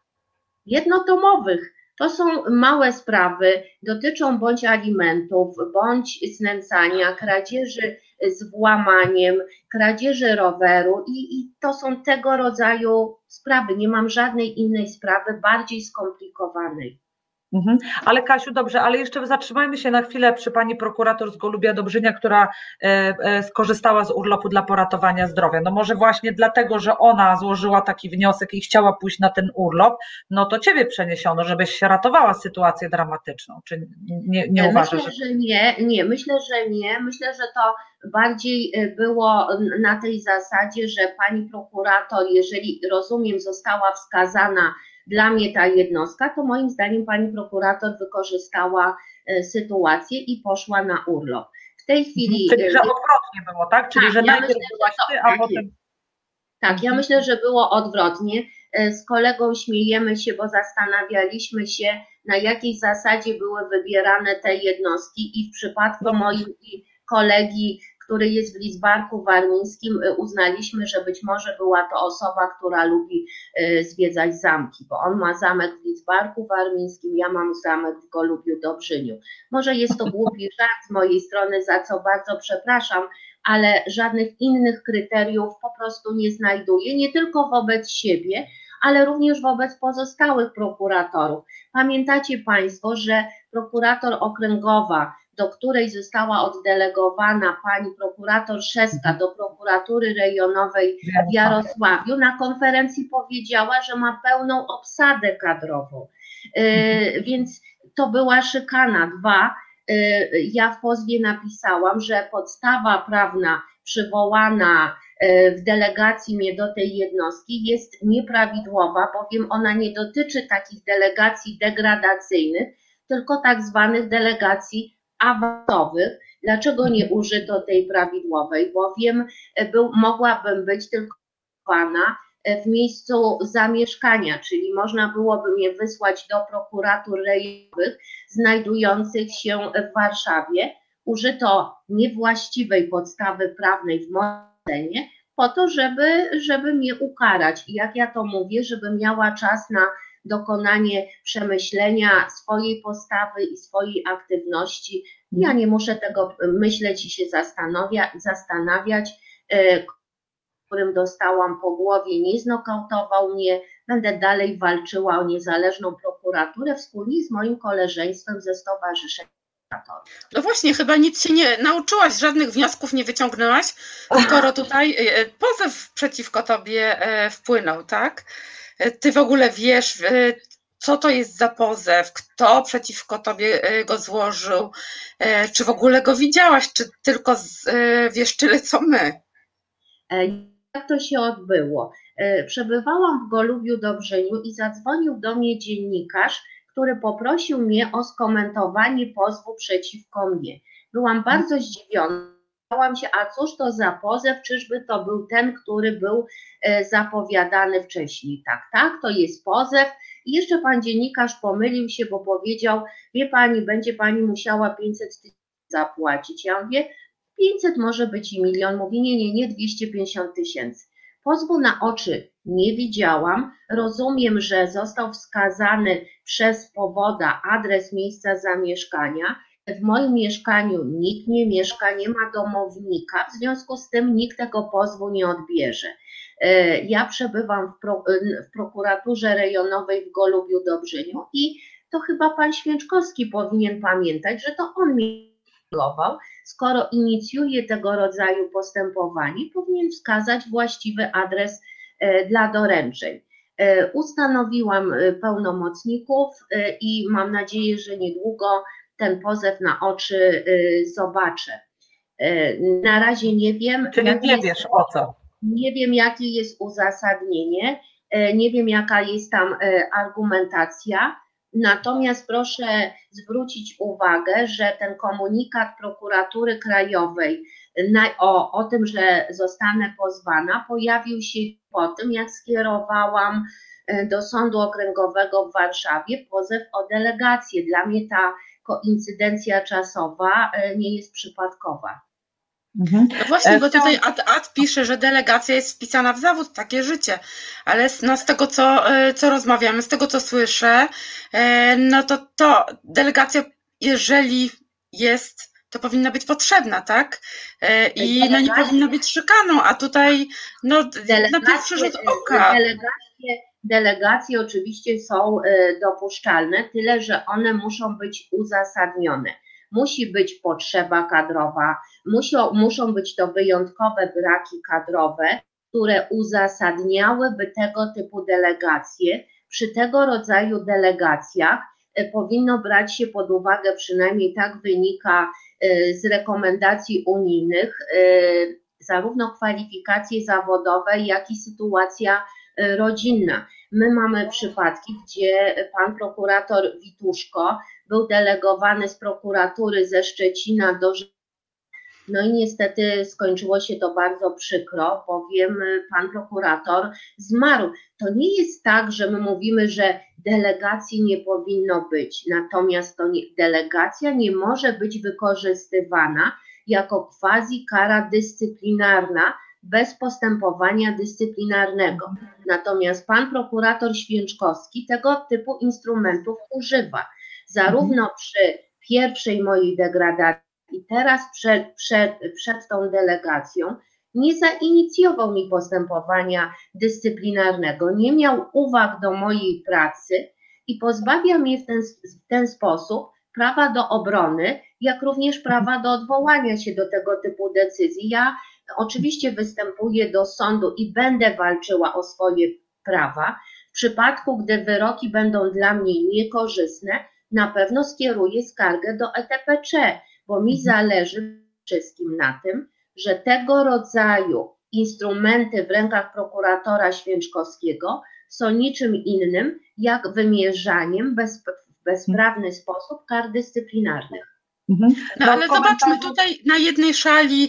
Jednotomowych. To są małe sprawy, dotyczą bądź alimentów, bądź znęcania, kradzieży z włamaniem, kradzieży roweru i to są tego rodzaju sprawy. Nie mam żadnej innej sprawy bardziej skomplikowanej. Ale Kasiu, dobrze, ale jeszcze zatrzymajmy się na chwilę przy pani prokurator z Golubia-Dobrzynia, która skorzystała z urlopu dla poratowania zdrowia. No może właśnie dlatego, że ona złożyła taki wniosek i chciała pójść na ten urlop, no to ciebie przeniesiono, żebyś ratowała sytuację dramatyczną. Czy nie uważasz? Myślę, że nie. Myślę, że nie. Myślę, że to bardziej było na tej zasadzie, że pani prokurator, jeżeli rozumiem, została wskazana dla mnie ta jednostka, to moim zdaniem pani prokurator wykorzystała sytuację i poszła na urlop. W tej chwili... Czyli, że odwrotnie było, tak? Czyli, że najpierw byłaś ty, a potem... Tak, ja myślę, że było odwrotnie. Z kolegą śmiejemy się, bo zastanawialiśmy się, na jakiej zasadzie były wybierane te jednostki i w przypadku mojej kolegi, który jest w Lidzbarku Warmińskim, uznaliśmy, że być może była to osoba, która lubi zwiedzać zamki, bo on ma zamek w Lidzbarku Warmińskim, ja mam zamek w Golubiu-Dobrzyniu. Może jest to głupi żart z mojej strony, za co bardzo przepraszam, ale żadnych innych kryteriów po prostu nie znajduję, nie tylko wobec siebie, ale również wobec pozostałych prokuratorów. Pamiętacie Państwo, że prokurator okręgowa, do której została oddelegowana pani prokurator Szeska do prokuratury rejonowej w Jarosławiu, na konferencji powiedziała, że ma pełną obsadę kadrową. Więc to była szykana. 2, ja w pozwie napisałam, że podstawa prawna przywołana w delegacji mnie do tej jednostki jest nieprawidłowa, bowiem ona nie dotyczy takich delegacji degradacyjnych, tylko tak zwanych delegacji awansowych. Dlaczego nie użyto tej prawidłowej? Bowiem mogłabym być tylko w miejscu zamieszkania, czyli można byłoby mnie wysłać do prokuratur rejonowych znajdujących się w Warszawie. Użyto niewłaściwej podstawy prawnej w mojej ocenie po to, żeby mnie ukarać. I jak ja to mówię, żebym miała czas na dokonanie przemyślenia swojej postawy i swojej aktywności. Ja nie muszę tego myśleć i się zastanawiać, którym dostałam po głowie, nie znokautował mnie, będę dalej walczyła o niezależną prokuraturę wspólnie z moim koleżeństwem ze Stowarzyszenia Prokuratorów. No właśnie, chyba nic się nie nauczyłaś, żadnych wniosków nie wyciągnęłaś, skoro tutaj pozew przeciwko tobie wpłynął, tak? Ty w ogóle wiesz, co to jest za pozew, kto przeciwko tobie go złożył, czy w ogóle go widziałaś, czy tylko wiesz tyle, co my? Jak to się odbyło? Przebywałam w Golubiu Dobrzyniu i zadzwonił do mnie dziennikarz, który poprosił mnie o skomentowanie pozwu przeciwko mnie. Byłam bardzo zdziwiona. Pytałam się, a cóż to za pozew, czyżby to był ten, który był zapowiadany wcześniej. Tak, to jest pozew. I jeszcze pan dziennikarz pomylił się, bo powiedział, wie pani, będzie pani musiała 500 000 zapłacić. Ja mówię, 500 może być i 1 000 000. Mówi, nie, 250 000. Pozwu na oczy nie widziałam. Rozumiem, że został wskazany przez powoda adres miejsca zamieszkania. W moim mieszkaniu nikt nie mieszka, nie ma domownika, w związku z tym nikt tego pozwu nie odbierze. Ja przebywam w prokuraturze rejonowej w Golubiu Dobrzyniu i to chyba pan Święczkowski powinien pamiętać, że to on mi decydował. Skoro inicjuje tego rodzaju postępowanie, powinien wskazać właściwy adres dla doręczeń. Ustanowiłam pełnomocników i mam nadzieję, że niedługo ten pozew na oczy zobaczę. Na razie nie wiem. Czyli nie wiesz o co. Nie wiem, jakie jest uzasadnienie, nie wiem, jaka jest tam argumentacja, natomiast proszę zwrócić uwagę, że ten komunikat Prokuratury Krajowej o tym, że zostanę pozwana, pojawił się po tym, jak skierowałam do Sądu Okręgowego w Warszawie pozew o delegację. Dla mnie ta koincydencja czasowa nie jest przypadkowa. No właśnie, bo tutaj Ad pisze, że delegacja jest wpisana w zawód, takie życie, ale z tego, co rozmawiamy, z tego, co słyszę, no to delegacja, jeżeli jest, to powinna być potrzebna, tak? I no nie powinna być szykaną, a tutaj no na pierwszy rzut oka. Delegacje oczywiście są dopuszczalne, tyle że one muszą być uzasadnione. Musi być potrzeba kadrowa, muszą być to wyjątkowe braki kadrowe, które uzasadniałyby tego typu delegacje. Przy tego rodzaju delegacjach powinno brać się pod uwagę, przynajmniej tak wynika z rekomendacji unijnych, zarówno kwalifikacje zawodowe, jak i sytuacja rodzinna. My mamy przypadki, gdzie pan prokurator Wituszko był delegowany z prokuratury ze Szczecina do no i niestety skończyło się to bardzo przykro, bowiem pan prokurator zmarł. To nie jest tak, że my mówimy, że delegacji nie powinno być, natomiast delegacja nie może być wykorzystywana jako quasi kara dyscyplinarna bez postępowania dyscyplinarnego. Natomiast pan prokurator Święczkowski tego typu instrumentów używa. Zarówno przy pierwszej mojej degradacji, I teraz przed tą delegacją nie zainicjował mi postępowania dyscyplinarnego, nie miał uwag do mojej pracy i pozbawia mnie w ten sposób prawa do obrony, jak również prawa do odwołania się do tego typu decyzji. Ja oczywiście występuję do sądu i będę walczyła o swoje prawa. W przypadku, gdy wyroki będą dla mnie niekorzystne, na pewno skieruję skargę do ETPC, bo mi zależy wszystkim na tym, że tego rodzaju instrumenty w rękach prokuratora Święczkowskiego są niczym innym, jak wymierzaniem w bezprawny sposób kar dyscyplinarnych. No ale zobaczmy tutaj na jednej szali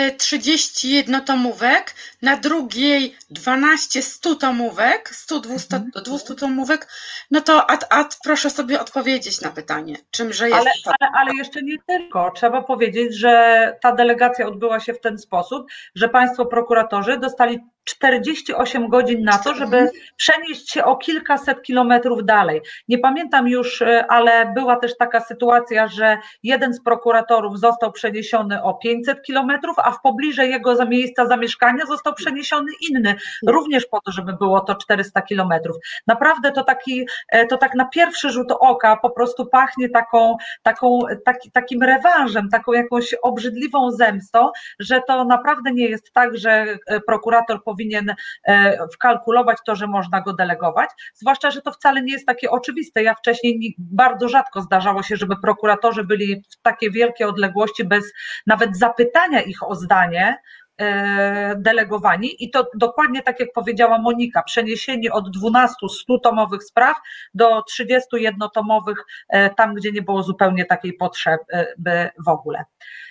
30 jednotomówek, na drugiej 12 100-tomówek, 100-200 tomówek, no to proszę sobie odpowiedzieć na pytanie, czymże jest to? Ale jeszcze nie tylko. Trzeba powiedzieć, że ta delegacja odbyła się w ten sposób, że państwo prokuratorzy dostali 48 godzin na to, żeby przenieść się o kilkaset kilometrów dalej. Nie pamiętam już, ale była też taka sytuacja, że jeden z prokuratorów został przeniesiony o 500 kilometrów, a w pobliżu jego miejsca zamieszkania został przeniesiony inny, również po to, żeby było to 400 kilometrów. Naprawdę to tak na pierwszy rzut oka po prostu pachnie takim rewanżem, taką jakąś obrzydliwą zemstą, że to naprawdę nie jest tak, że prokurator powinien wkalkulować to, że można go delegować, zwłaszcza, że to wcale nie jest takie oczywiste. Ja wcześniej bardzo rzadko zdarzało się, żeby prokuratorzy byli w takie wielkie odległości bez nawet zapytania ich o zdanie, delegowani i to dokładnie tak jak powiedziała Monika, przeniesieni od 12 100-tomowych spraw do 31-tomowych tam, gdzie nie było zupełnie takiej potrzeby w ogóle.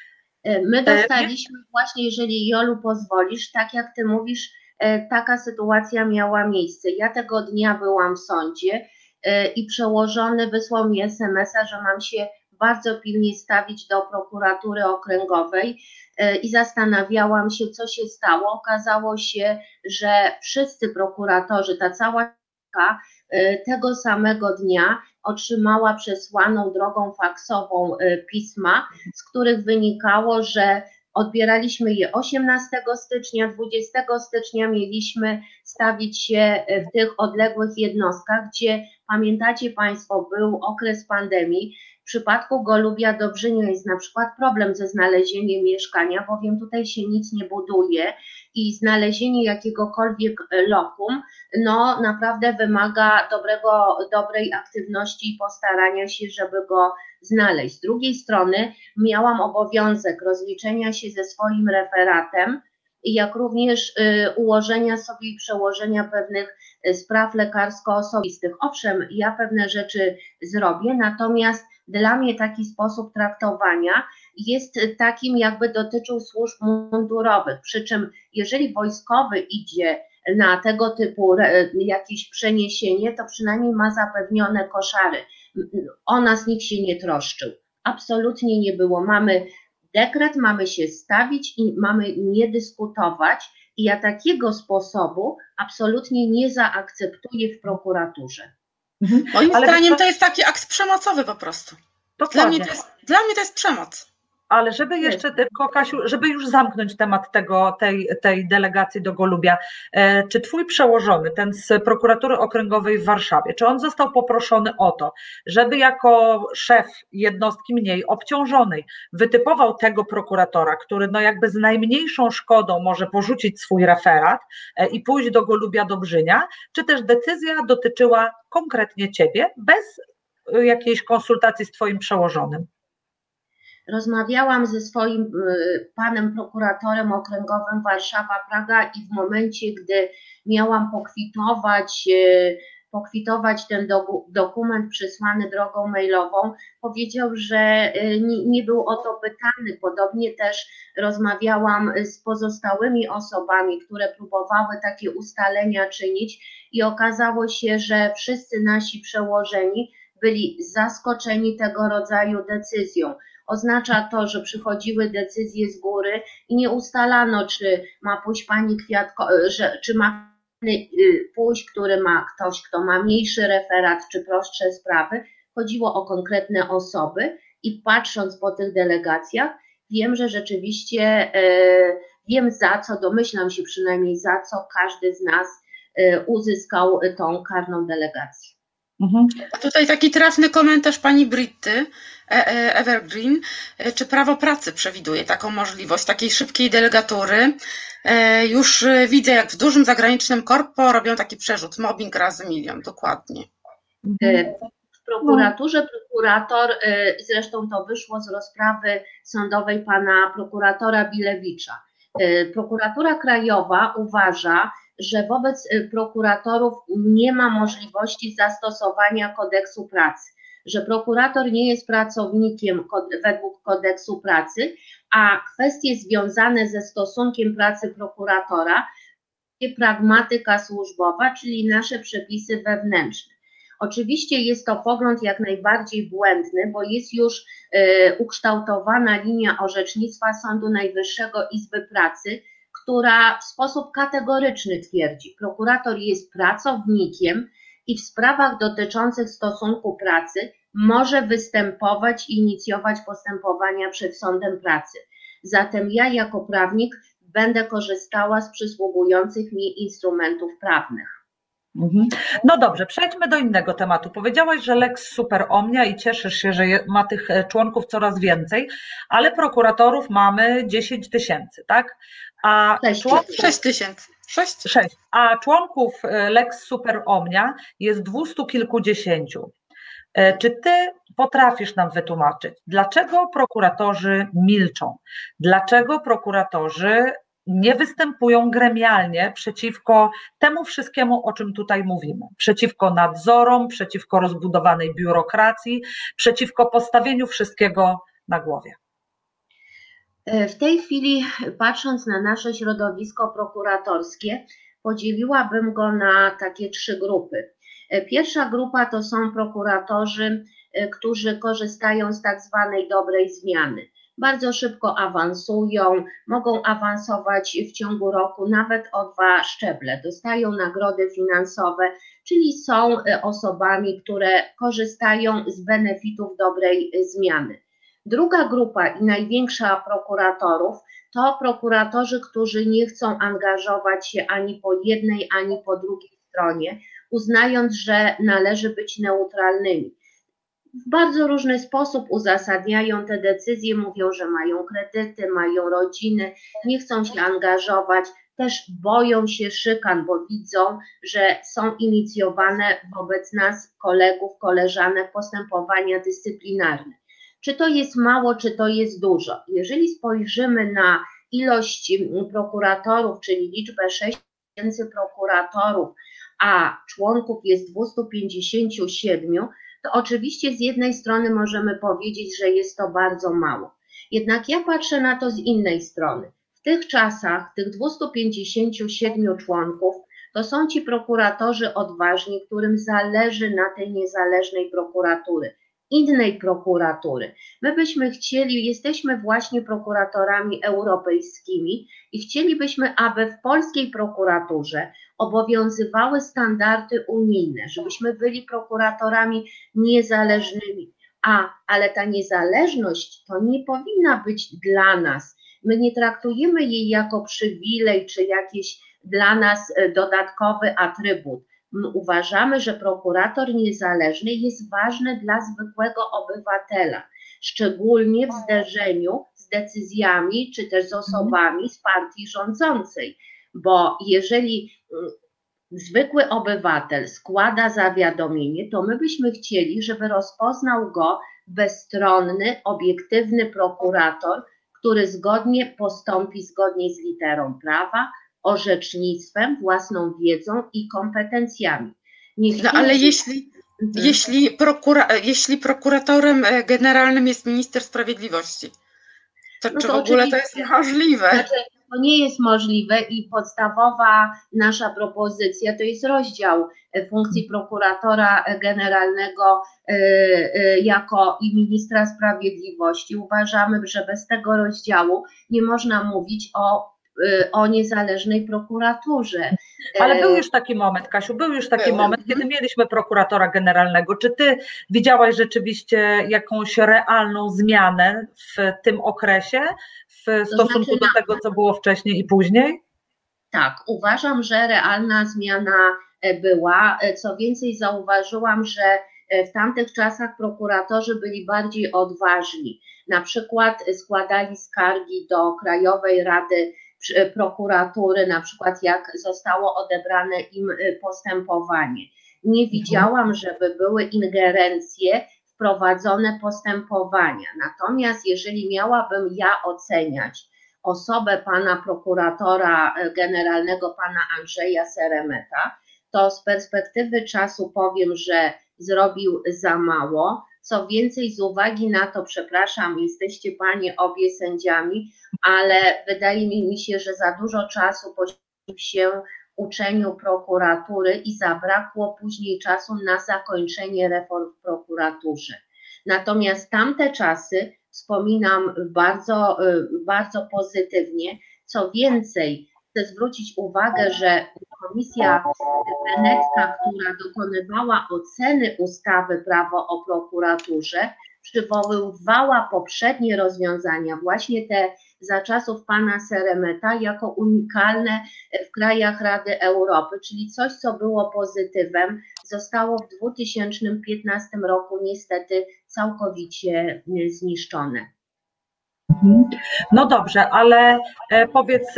My dostaliśmy właśnie, jeżeli Jolu pozwolisz, tak jak ty mówisz, taka sytuacja miała miejsce. Ja tego dnia byłam w sądzie i przełożony wysłał mi SMS-a, że mam się bardzo pilnie stawić do prokuratury okręgowej i zastanawiałam się, co się stało. Okazało się, że wszyscy prokuratorzy, ta cała tego samego dnia otrzymała przesłaną drogą faksową pisma, z których wynikało, że odbieraliśmy je 18 stycznia, 20 stycznia mieliśmy stawić się w tych odległych jednostkach, gdzie pamiętacie Państwo, był okres pandemii. W przypadku Golubia Dobrzynia jest na przykład problem ze znalezieniem mieszkania, bowiem tutaj się nic nie buduje i znalezienie jakiegokolwiek lokum, no naprawdę wymaga dobrej aktywności i postarania się, żeby go znaleźć. Z drugiej strony miałam obowiązek rozliczenia się ze swoim referatem, jak również ułożenia sobie i przełożenia pewnych spraw lekarsko-osobistych. Owszem, ja pewne rzeczy zrobię, natomiast dla mnie taki sposób traktowania jest takim, jakby dotyczył służb mundurowych, przy czym jeżeli wojskowy idzie na tego typu jakieś przeniesienie, to przynajmniej ma zapewnione koszary. O nas nikt się nie troszczył. Absolutnie nie było. Mamy dekret, mamy się stawić i mamy nie dyskutować i ja takiego sposobu absolutnie nie zaakceptuję w prokuraturze. Moim zdaniem to jest taki akt przemocowy po prostu. Dla mnie to jest przemoc. Ale żeby jeszcze tylko, Kasiu, żeby już zamknąć temat tej delegacji do Golubia, czy twój przełożony, ten z prokuratury okręgowej w Warszawie, czy on został poproszony o to, żeby jako szef jednostki mniej obciążonej wytypował tego prokuratora, który no jakby z najmniejszą szkodą może porzucić swój referat i pójść do Golubia Dobrzynia, czy też decyzja dotyczyła konkretnie ciebie, bez jakiejś konsultacji z twoim przełożonym? Rozmawiałam ze swoim panem prokuratorem okręgowym Warszawa-Praga i w momencie, gdy miałam pokwitować ten dokument przysłany drogą mailową, powiedział, że nie był o to pytany. Podobnie też rozmawiałam z pozostałymi osobami, które próbowały takie ustalenia czynić i okazało się, że wszyscy nasi przełożeni byli zaskoczeni tego rodzaju decyzją. Oznacza to, że przychodziły decyzje z góry i nie ustalano, czy ma pójść pani czy ma pójść, który ma ktoś, kto ma mniejszy referat, czy prostsze sprawy. Chodziło o konkretne osoby i patrząc po tych delegacjach, wiem, że rzeczywiście wiem za co, domyślam się przynajmniej za co każdy z nas uzyskał tą karną delegację. A tutaj taki trafny komentarz pani Britty Evergreen. Czy prawo pracy przewiduje taką możliwość, takiej szybkiej delegatury? Już widzę, jak w dużym zagranicznym korpo robią taki przerzut, mobbing razy milion, dokładnie. W prokuraturze prokurator, zresztą to wyszło z rozprawy sądowej pana prokuratora Bilewicza. Prokuratura Krajowa uważa, że wobec prokuratorów nie ma możliwości zastosowania kodeksu pracy, że prokurator nie jest pracownikiem według kodeksu pracy, a kwestie związane ze stosunkiem pracy prokuratora pragmatyka służbowa, czyli nasze przepisy wewnętrzne. Oczywiście jest to pogląd jak najbardziej błędny, bo jest już ukształtowana linia orzecznictwa Sądu Najwyższego Izby Pracy, która w sposób kategoryczny twierdzi, prokurator jest pracownikiem i w sprawach dotyczących stosunku pracy może występować i inicjować postępowania przed sądem pracy. Zatem ja jako prawnik będę korzystała z przysługujących mi instrumentów prawnych. No dobrze, przejdźmy do innego tematu. Powiedziałaś, że lex super omnia i cieszysz się, że ma tych członków coraz więcej, ale prokuratorów mamy 10 000, tak? A 6 tysięcy. 6. A członków lex super omnia jest 200 kilkudziesięciu. Czy ty potrafisz nam wytłumaczyć, dlaczego prokuratorzy milczą? Dlaczego prokuratorzy nie występują gremialnie przeciwko temu wszystkiemu, o czym tutaj mówimy? Przeciwko nadzorom, przeciwko rozbudowanej biurokracji, przeciwko postawieniu wszystkiego na głowie. W tej chwili, patrząc na nasze środowisko prokuratorskie, podzieliłabym go na takie 3 grupy. Pierwsza grupa to są prokuratorzy, którzy korzystają z tak zwanej dobrej zmiany. Bardzo szybko awansują, mogą awansować w ciągu roku nawet o 2 szczeble, dostają nagrody finansowe, czyli są osobami, które korzystają z benefitów dobrej zmiany. Druga grupa i największa prokuratorów to prokuratorzy, którzy nie chcą angażować się ani po jednej, ani po drugiej stronie, uznając, że należy być neutralnymi. W bardzo różny sposób uzasadniają te decyzje, mówią, że mają kredyty, mają rodziny, nie chcą się angażować, też boją się szykan, bo widzą, że są inicjowane wobec nas, kolegów, koleżanek, postępowania dyscyplinarne. Czy to jest mało, czy to jest dużo? Jeżeli spojrzymy na ilość prokuratorów, czyli liczbę 6 000 prokuratorów, a członków jest 257, to oczywiście z jednej strony możemy powiedzieć, że jest to bardzo mało. Jednak ja patrzę na to z innej strony. W tych czasach, tych 257 członków, to są ci prokuratorzy odważni, którym zależy na tej niezależnej prokuratury, innej prokuratury. My byśmy chcieli, jesteśmy właśnie prokuratorami europejskimi i chcielibyśmy, aby w polskiej prokuraturze obowiązywały standardy unijne, żebyśmy byli prokuratorami niezależnymi. Ale ta niezależność to nie powinna być dla nas. My nie traktujemy jej jako przywilej czy jakiś dla nas dodatkowy atrybut. My uważamy, że prokurator niezależny jest ważny dla zwykłego obywatela, szczególnie w zderzeniu z decyzjami czy też z osobami z partii rządzącej, bo jeżeli zwykły obywatel składa zawiadomienie, to my byśmy chcieli, żeby rozpoznał go bezstronny, obiektywny prokurator, który postąpi zgodnie z literą prawa, orzecznictwem, własną wiedzą i kompetencjami. Ale jeśli prokuratorem generalnym jest minister sprawiedliwości, to czy w ogóle to jest możliwe? Znaczy, to nie jest możliwe i podstawowa nasza propozycja to jest rozdział funkcji prokuratora generalnego jako i ministra sprawiedliwości. Uważamy, że bez tego rozdziału nie można mówić o o niezależnej prokuraturze. Ale był już taki moment, Kasiu, był już taki moment, kiedy mieliśmy prokuratora generalnego. Czy ty widziałaś rzeczywiście jakąś realną zmianę w tym okresie w stosunku do tego, co było wcześniej i później? Tak, uważam, że realna zmiana była. Co więcej, zauważyłam, że w tamtych czasach prokuratorzy byli bardziej odważni. Na przykład składali skargi do Krajowej Rady Prokuratury, na przykład jak zostało odebrane im postępowanie. Nie widziałam, żeby były ingerencje w prowadzone postępowania. Natomiast jeżeli miałabym ja oceniać osobę pana prokuratora generalnego, pana Andrzeja Seremeta, to z perspektywy czasu powiem, że zrobił za mało. Co więcej, z uwagi na to, przepraszam, jesteście panie obie sędziami, ale wydaje mi się, że za dużo czasu poświęcił się uczeniu prokuratury i zabrakło później czasu na zakończenie reform w prokuraturze. Natomiast tamte czasy wspominam bardzo, bardzo pozytywnie. Co więcej, chcę zwrócić uwagę, że Komisja Wenecka, która dokonywała oceny ustawy Prawo o prokuraturze, przywoływała poprzednie rozwiązania, właśnie te za czasów pana Seremeta, jako unikalne w krajach Rady Europy, czyli coś, co było pozytywem, zostało w 2015 roku niestety całkowicie zniszczone. No dobrze, ale powiedz,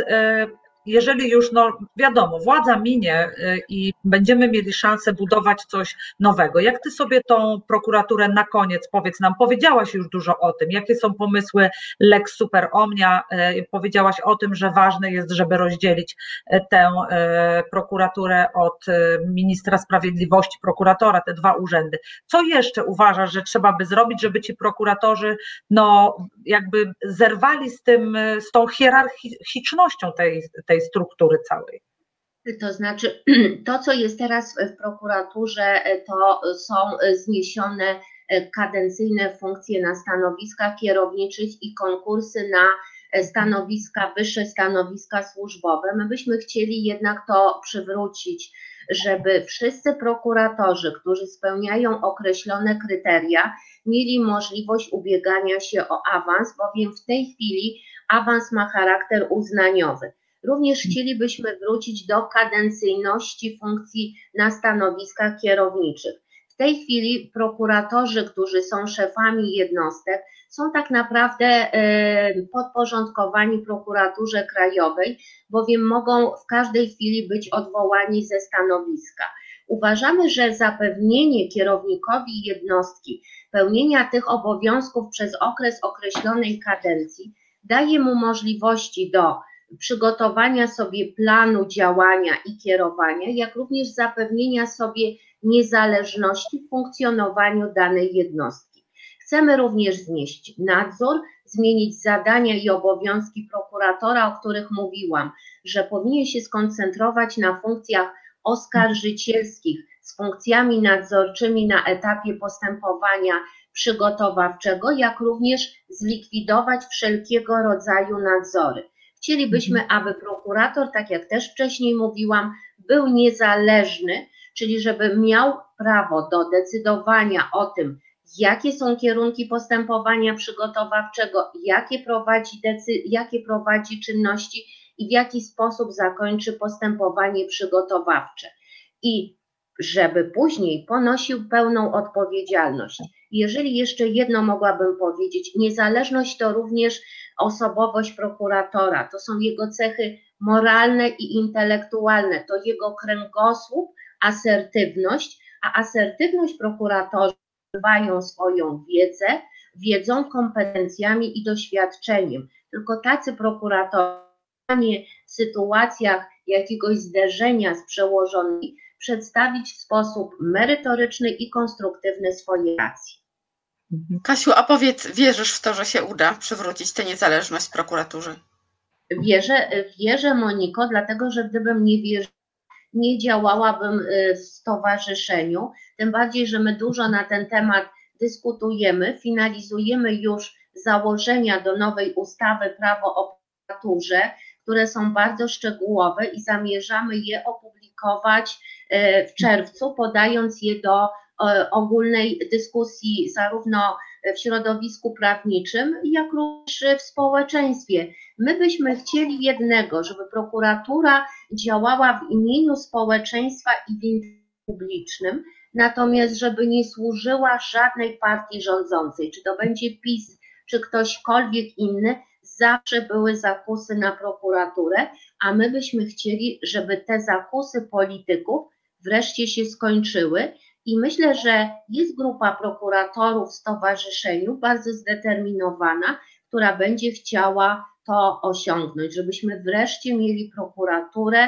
jeżeli już, no wiadomo, władza minie i będziemy mieli szansę budować coś nowego, jak ty sobie tą prokuraturę na koniec, powiedz nam, powiedziałaś już dużo o tym, jakie są pomysły Lex Super Omnia, powiedziałaś o tym, że ważne jest, żeby rozdzielić tę prokuraturę od ministra sprawiedliwości, prokuratora, te dwa urzędy. Co jeszcze uważasz, że trzeba by zrobić, żeby ci prokuratorzy, no jakby zerwali z tą hierarchicznością tej struktury całej? To znaczy, to co jest teraz w prokuraturze, to są zniesione kadencyjne funkcje na stanowiskach kierowniczych i konkursy na stanowiska, wyższe stanowiska służbowe. My byśmy chcieli jednak to przywrócić, żeby wszyscy prokuratorzy, którzy spełniają określone kryteria, mieli możliwość ubiegania się o awans, bowiem w tej chwili awans ma charakter uznaniowy. Również chcielibyśmy wrócić do kadencyjności funkcji na stanowiskach kierowniczych. W tej chwili prokuratorzy, którzy są szefami jednostek, są tak naprawdę podporządkowani prokuraturze krajowej, bowiem mogą w każdej chwili być odwołani ze stanowiska. Uważamy, że zapewnienie kierownikowi jednostki pełnienia tych obowiązków przez okres określonej kadencji daje mu możliwości do przygotowania sobie planu działania i kierowania, jak również zapewnienia sobie niezależności w funkcjonowaniu danej jednostki. Chcemy również znieść nadzór, zmienić zadania i obowiązki prokuratora, o których mówiłam, że powinien się skoncentrować na funkcjach oskarżycielskich z funkcjami nadzorczymi na etapie postępowania przygotowawczego, jak również zlikwidować wszelkiego rodzaju nadzory. Chcielibyśmy, aby prokurator, tak jak też wcześniej mówiłam, był niezależny, czyli żeby miał prawo do decydowania o tym, jakie są kierunki postępowania przygotowawczego, jakie prowadzi czynności i w jaki sposób zakończy postępowanie przygotowawcze. I żeby później ponosił pełną odpowiedzialność. Jeżeli jeszcze jedno mogłabym powiedzieć, niezależność to również osobowość prokuratora, to są jego cechy moralne i intelektualne, to jego kręgosłup, asertywność, a asertywność prokuratorzy mają swoją wiedzą, kompetencjami i doświadczeniem. Tylko tacy prokuratorzy w sytuacjach jakiegoś zderzenia z przełożonymi przedstawić w sposób merytoryczny i konstruktywny swoje racje. Kasiu, a powiedz, wierzysz w to, że się uda przywrócić tę niezależność prokuraturze? Wierzę, Moniko, dlatego że gdybym nie wierzyła, nie działałabym w stowarzyszeniu, tym bardziej, że my dużo na ten temat dyskutujemy, finalizujemy już założenia do nowej ustawy Prawo o prokuraturze, które są bardzo szczegółowe i zamierzamy je opublikować w czerwcu, podając je do ogólnej dyskusji zarówno w środowisku prawniczym, jak również w społeczeństwie. My byśmy chcieli jednego, żeby prokuratura działała w imieniu społeczeństwa i w interesie publicznym, natomiast żeby nie służyła żadnej partii rządzącej, czy to będzie PiS, czy ktośkolwiek inny, zawsze były zakusy na prokuraturę, a my byśmy chcieli, żeby te zakusy polityków wreszcie się skończyły i myślę, że jest grupa prokuratorów w stowarzyszeniu bardzo zdeterminowana, która będzie chciała to osiągnąć, żebyśmy wreszcie mieli prokuraturę,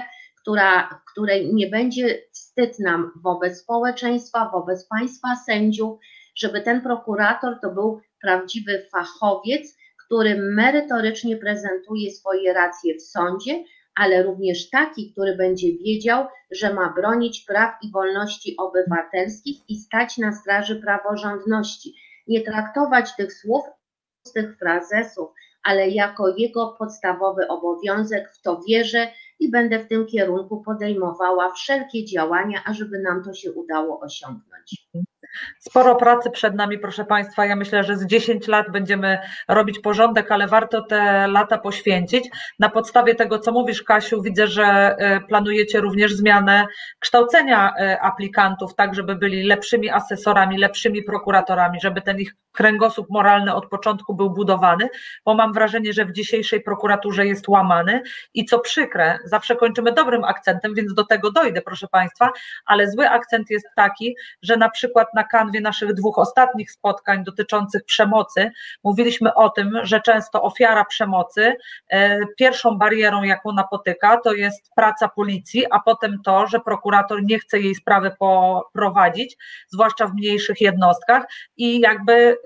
której nie będzie wstyd nam wobec społeczeństwa, wobec państwa sędziów, żeby ten prokurator to był prawdziwy fachowiec, który merytorycznie prezentuje swoje racje w sądzie, ale również taki, który będzie wiedział, że ma bronić praw i wolności obywatelskich i stać na straży praworządności. Nie traktować tych słów, tych frazesów, ale jako jego podstawowy obowiązek. W to wierzę i będę w tym kierunku podejmowała wszelkie działania, ażeby nam to się udało osiągnąć. Sporo pracy przed nami, proszę Państwa. Ja myślę, że z 10 lat będziemy robić porządek, ale warto te lata poświęcić. Na podstawie tego, co mówisz, Kasiu, widzę, że planujecie również zmianę kształcenia aplikantów, tak żeby byli lepszymi asesorami, lepszymi prokuratorami, żeby ten ich kręgosłup moralny od początku był budowany, bo mam wrażenie, że w dzisiejszej prokuraturze jest łamany i co przykre, zawsze kończymy dobrym akcentem, więc do tego dojdę, proszę Państwa, ale zły akcent jest taki, że na przykład na kanwie naszych 2 ostatnich spotkań dotyczących przemocy mówiliśmy o tym, że często ofiara przemocy pierwszą barierą, jaką napotyka, to jest praca policji, a potem to, że prokurator nie chce jej sprawy poprowadzić, zwłaszcza w mniejszych jednostkach i jakby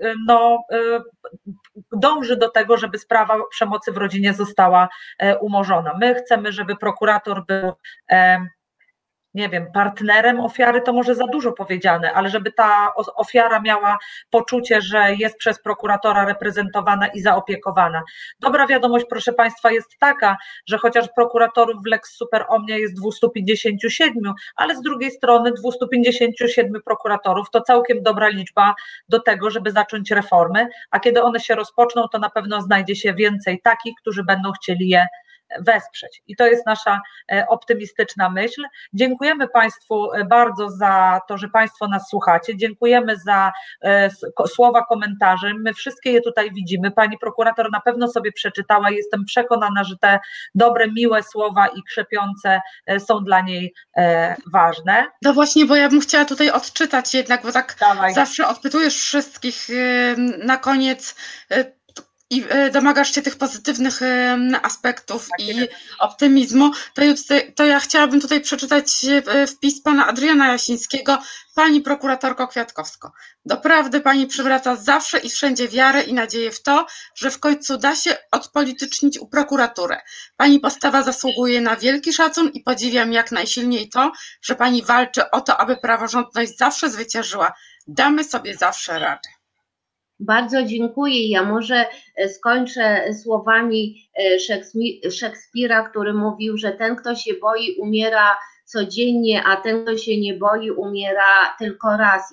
dąży do tego, żeby sprawa przemocy w rodzinie została umorzona. My chcemy, żeby prokurator był nie wiem, partnerem ofiary, to może za dużo powiedziane, ale żeby ta ofiara miała poczucie, że jest przez prokuratora reprezentowana i zaopiekowana. Dobra wiadomość, proszę Państwa, jest taka, że chociaż prokuratorów w Lex Super Omnia jest 257, ale z drugiej strony 257 prokuratorów to całkiem dobra liczba do tego, żeby zacząć reformy, a kiedy one się rozpoczną, to na pewno znajdzie się więcej takich, którzy będą chcieli je wesprzeć. I to jest nasza optymistyczna myśl. Dziękujemy Państwu bardzo za to, że Państwo nas słuchacie. Dziękujemy za słowa, komentarze. My wszystkie je tutaj widzimy. Pani prokurator na pewno sobie przeczytała. Jestem przekonana, że te dobre, miłe słowa i krzepiące są dla niej ważne. No właśnie, bo ja bym chciała tutaj odczytać jednak, bo tak Dawaj. Zawsze odpytujesz wszystkich na koniec i domagasz się tych pozytywnych aspektów i optymizmu, to ja chciałabym tutaj przeczytać wpis pana Adriana Jasińskiego. Pani prokuratorko Kwiatkowsko, doprawdy pani przywraca zawsze i wszędzie wiarę i nadzieję w to, że w końcu da się odpolitycznić prokuraturę. Pani postawa zasługuje na wielki szacun i podziwiam jak najsilniej to, że pani walczy o to, aby praworządność zawsze zwyciężyła. Damy sobie zawsze radę. Bardzo dziękuję. Ja może skończę słowami Szekspira, który mówił, że ten, kto się boi, umiera codziennie, a ten, kto się nie boi, umiera tylko raz.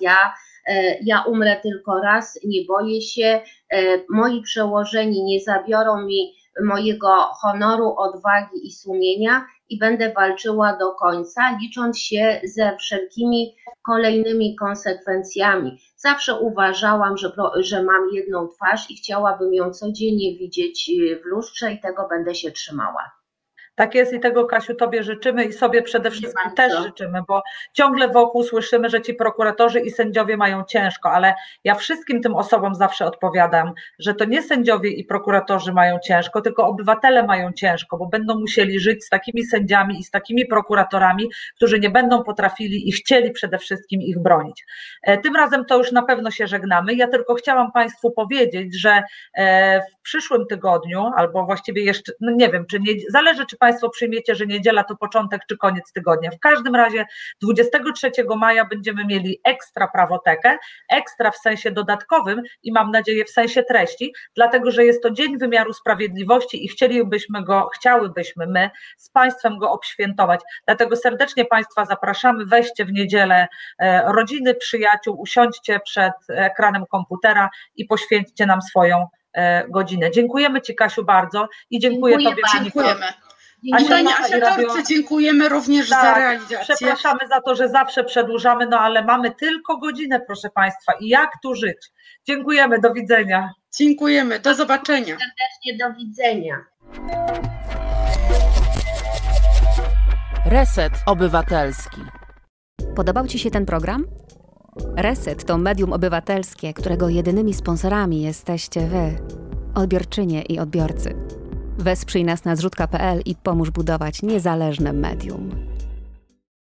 Ja umrę tylko raz, nie boję się. Moi przełożeni nie zabiorą mi mojego honoru, odwagi i sumienia i będę walczyła do końca, licząc się ze wszelkimi kolejnymi konsekwencjami. Zawsze uważałam, że mam jedną twarz i chciałabym ją codziennie widzieć w lustrze i tego będę się trzymała. Tak jest i tego, Kasiu, Tobie życzymy i sobie przede wszystkim też życzymy, bo ciągle wokół słyszymy, że ci prokuratorzy i sędziowie mają ciężko, ale ja wszystkim tym osobom zawsze odpowiadam, że to nie sędziowie i prokuratorzy mają ciężko, tylko obywatele mają ciężko, bo będą musieli żyć z takimi sędziami i z takimi prokuratorami, którzy nie będą potrafili i chcieli przede wszystkim ich bronić. Tym razem to już na pewno się żegnamy. Ja tylko chciałam Państwu powiedzieć, że w przyszłym tygodniu, albo właściwie jeszcze, no nie wiem, zależy, czy Państwo przyjmiecie, że niedziela to początek, czy koniec tygodnia. W każdym razie 23 maja będziemy mieli ekstra prawotekę, ekstra w sensie dodatkowym i mam nadzieję w sensie treści, dlatego, że jest to Dzień Wymiaru Sprawiedliwości i chciałybyśmy my z Państwem go obświętować. Dlatego serdecznie Państwa zapraszamy, weźcie w niedzielę rodziny, przyjaciół, usiądźcie przed ekranem komputera i poświęćcie nam swoją godzinę. Dziękujemy Ci, Kasiu, bardzo i dziękuję Tobie. Dziękujemy. Pani Asiatorce dziękujemy również za realizację. Przepraszamy za to, że zawsze przedłużamy, no ale mamy tylko godzinę, proszę Państwa, i jak tu żyć? Dziękujemy, do widzenia. Dziękujemy, do zobaczenia. Serdecznie do widzenia. Reset Obywatelski. Podobał Ci się ten program? Reset to medium obywatelskie, którego jedynymi sponsorami jesteście Wy, odbiorczynie i odbiorcy. Wesprzyj nas na zrzutka.pl i pomóż budować niezależne medium.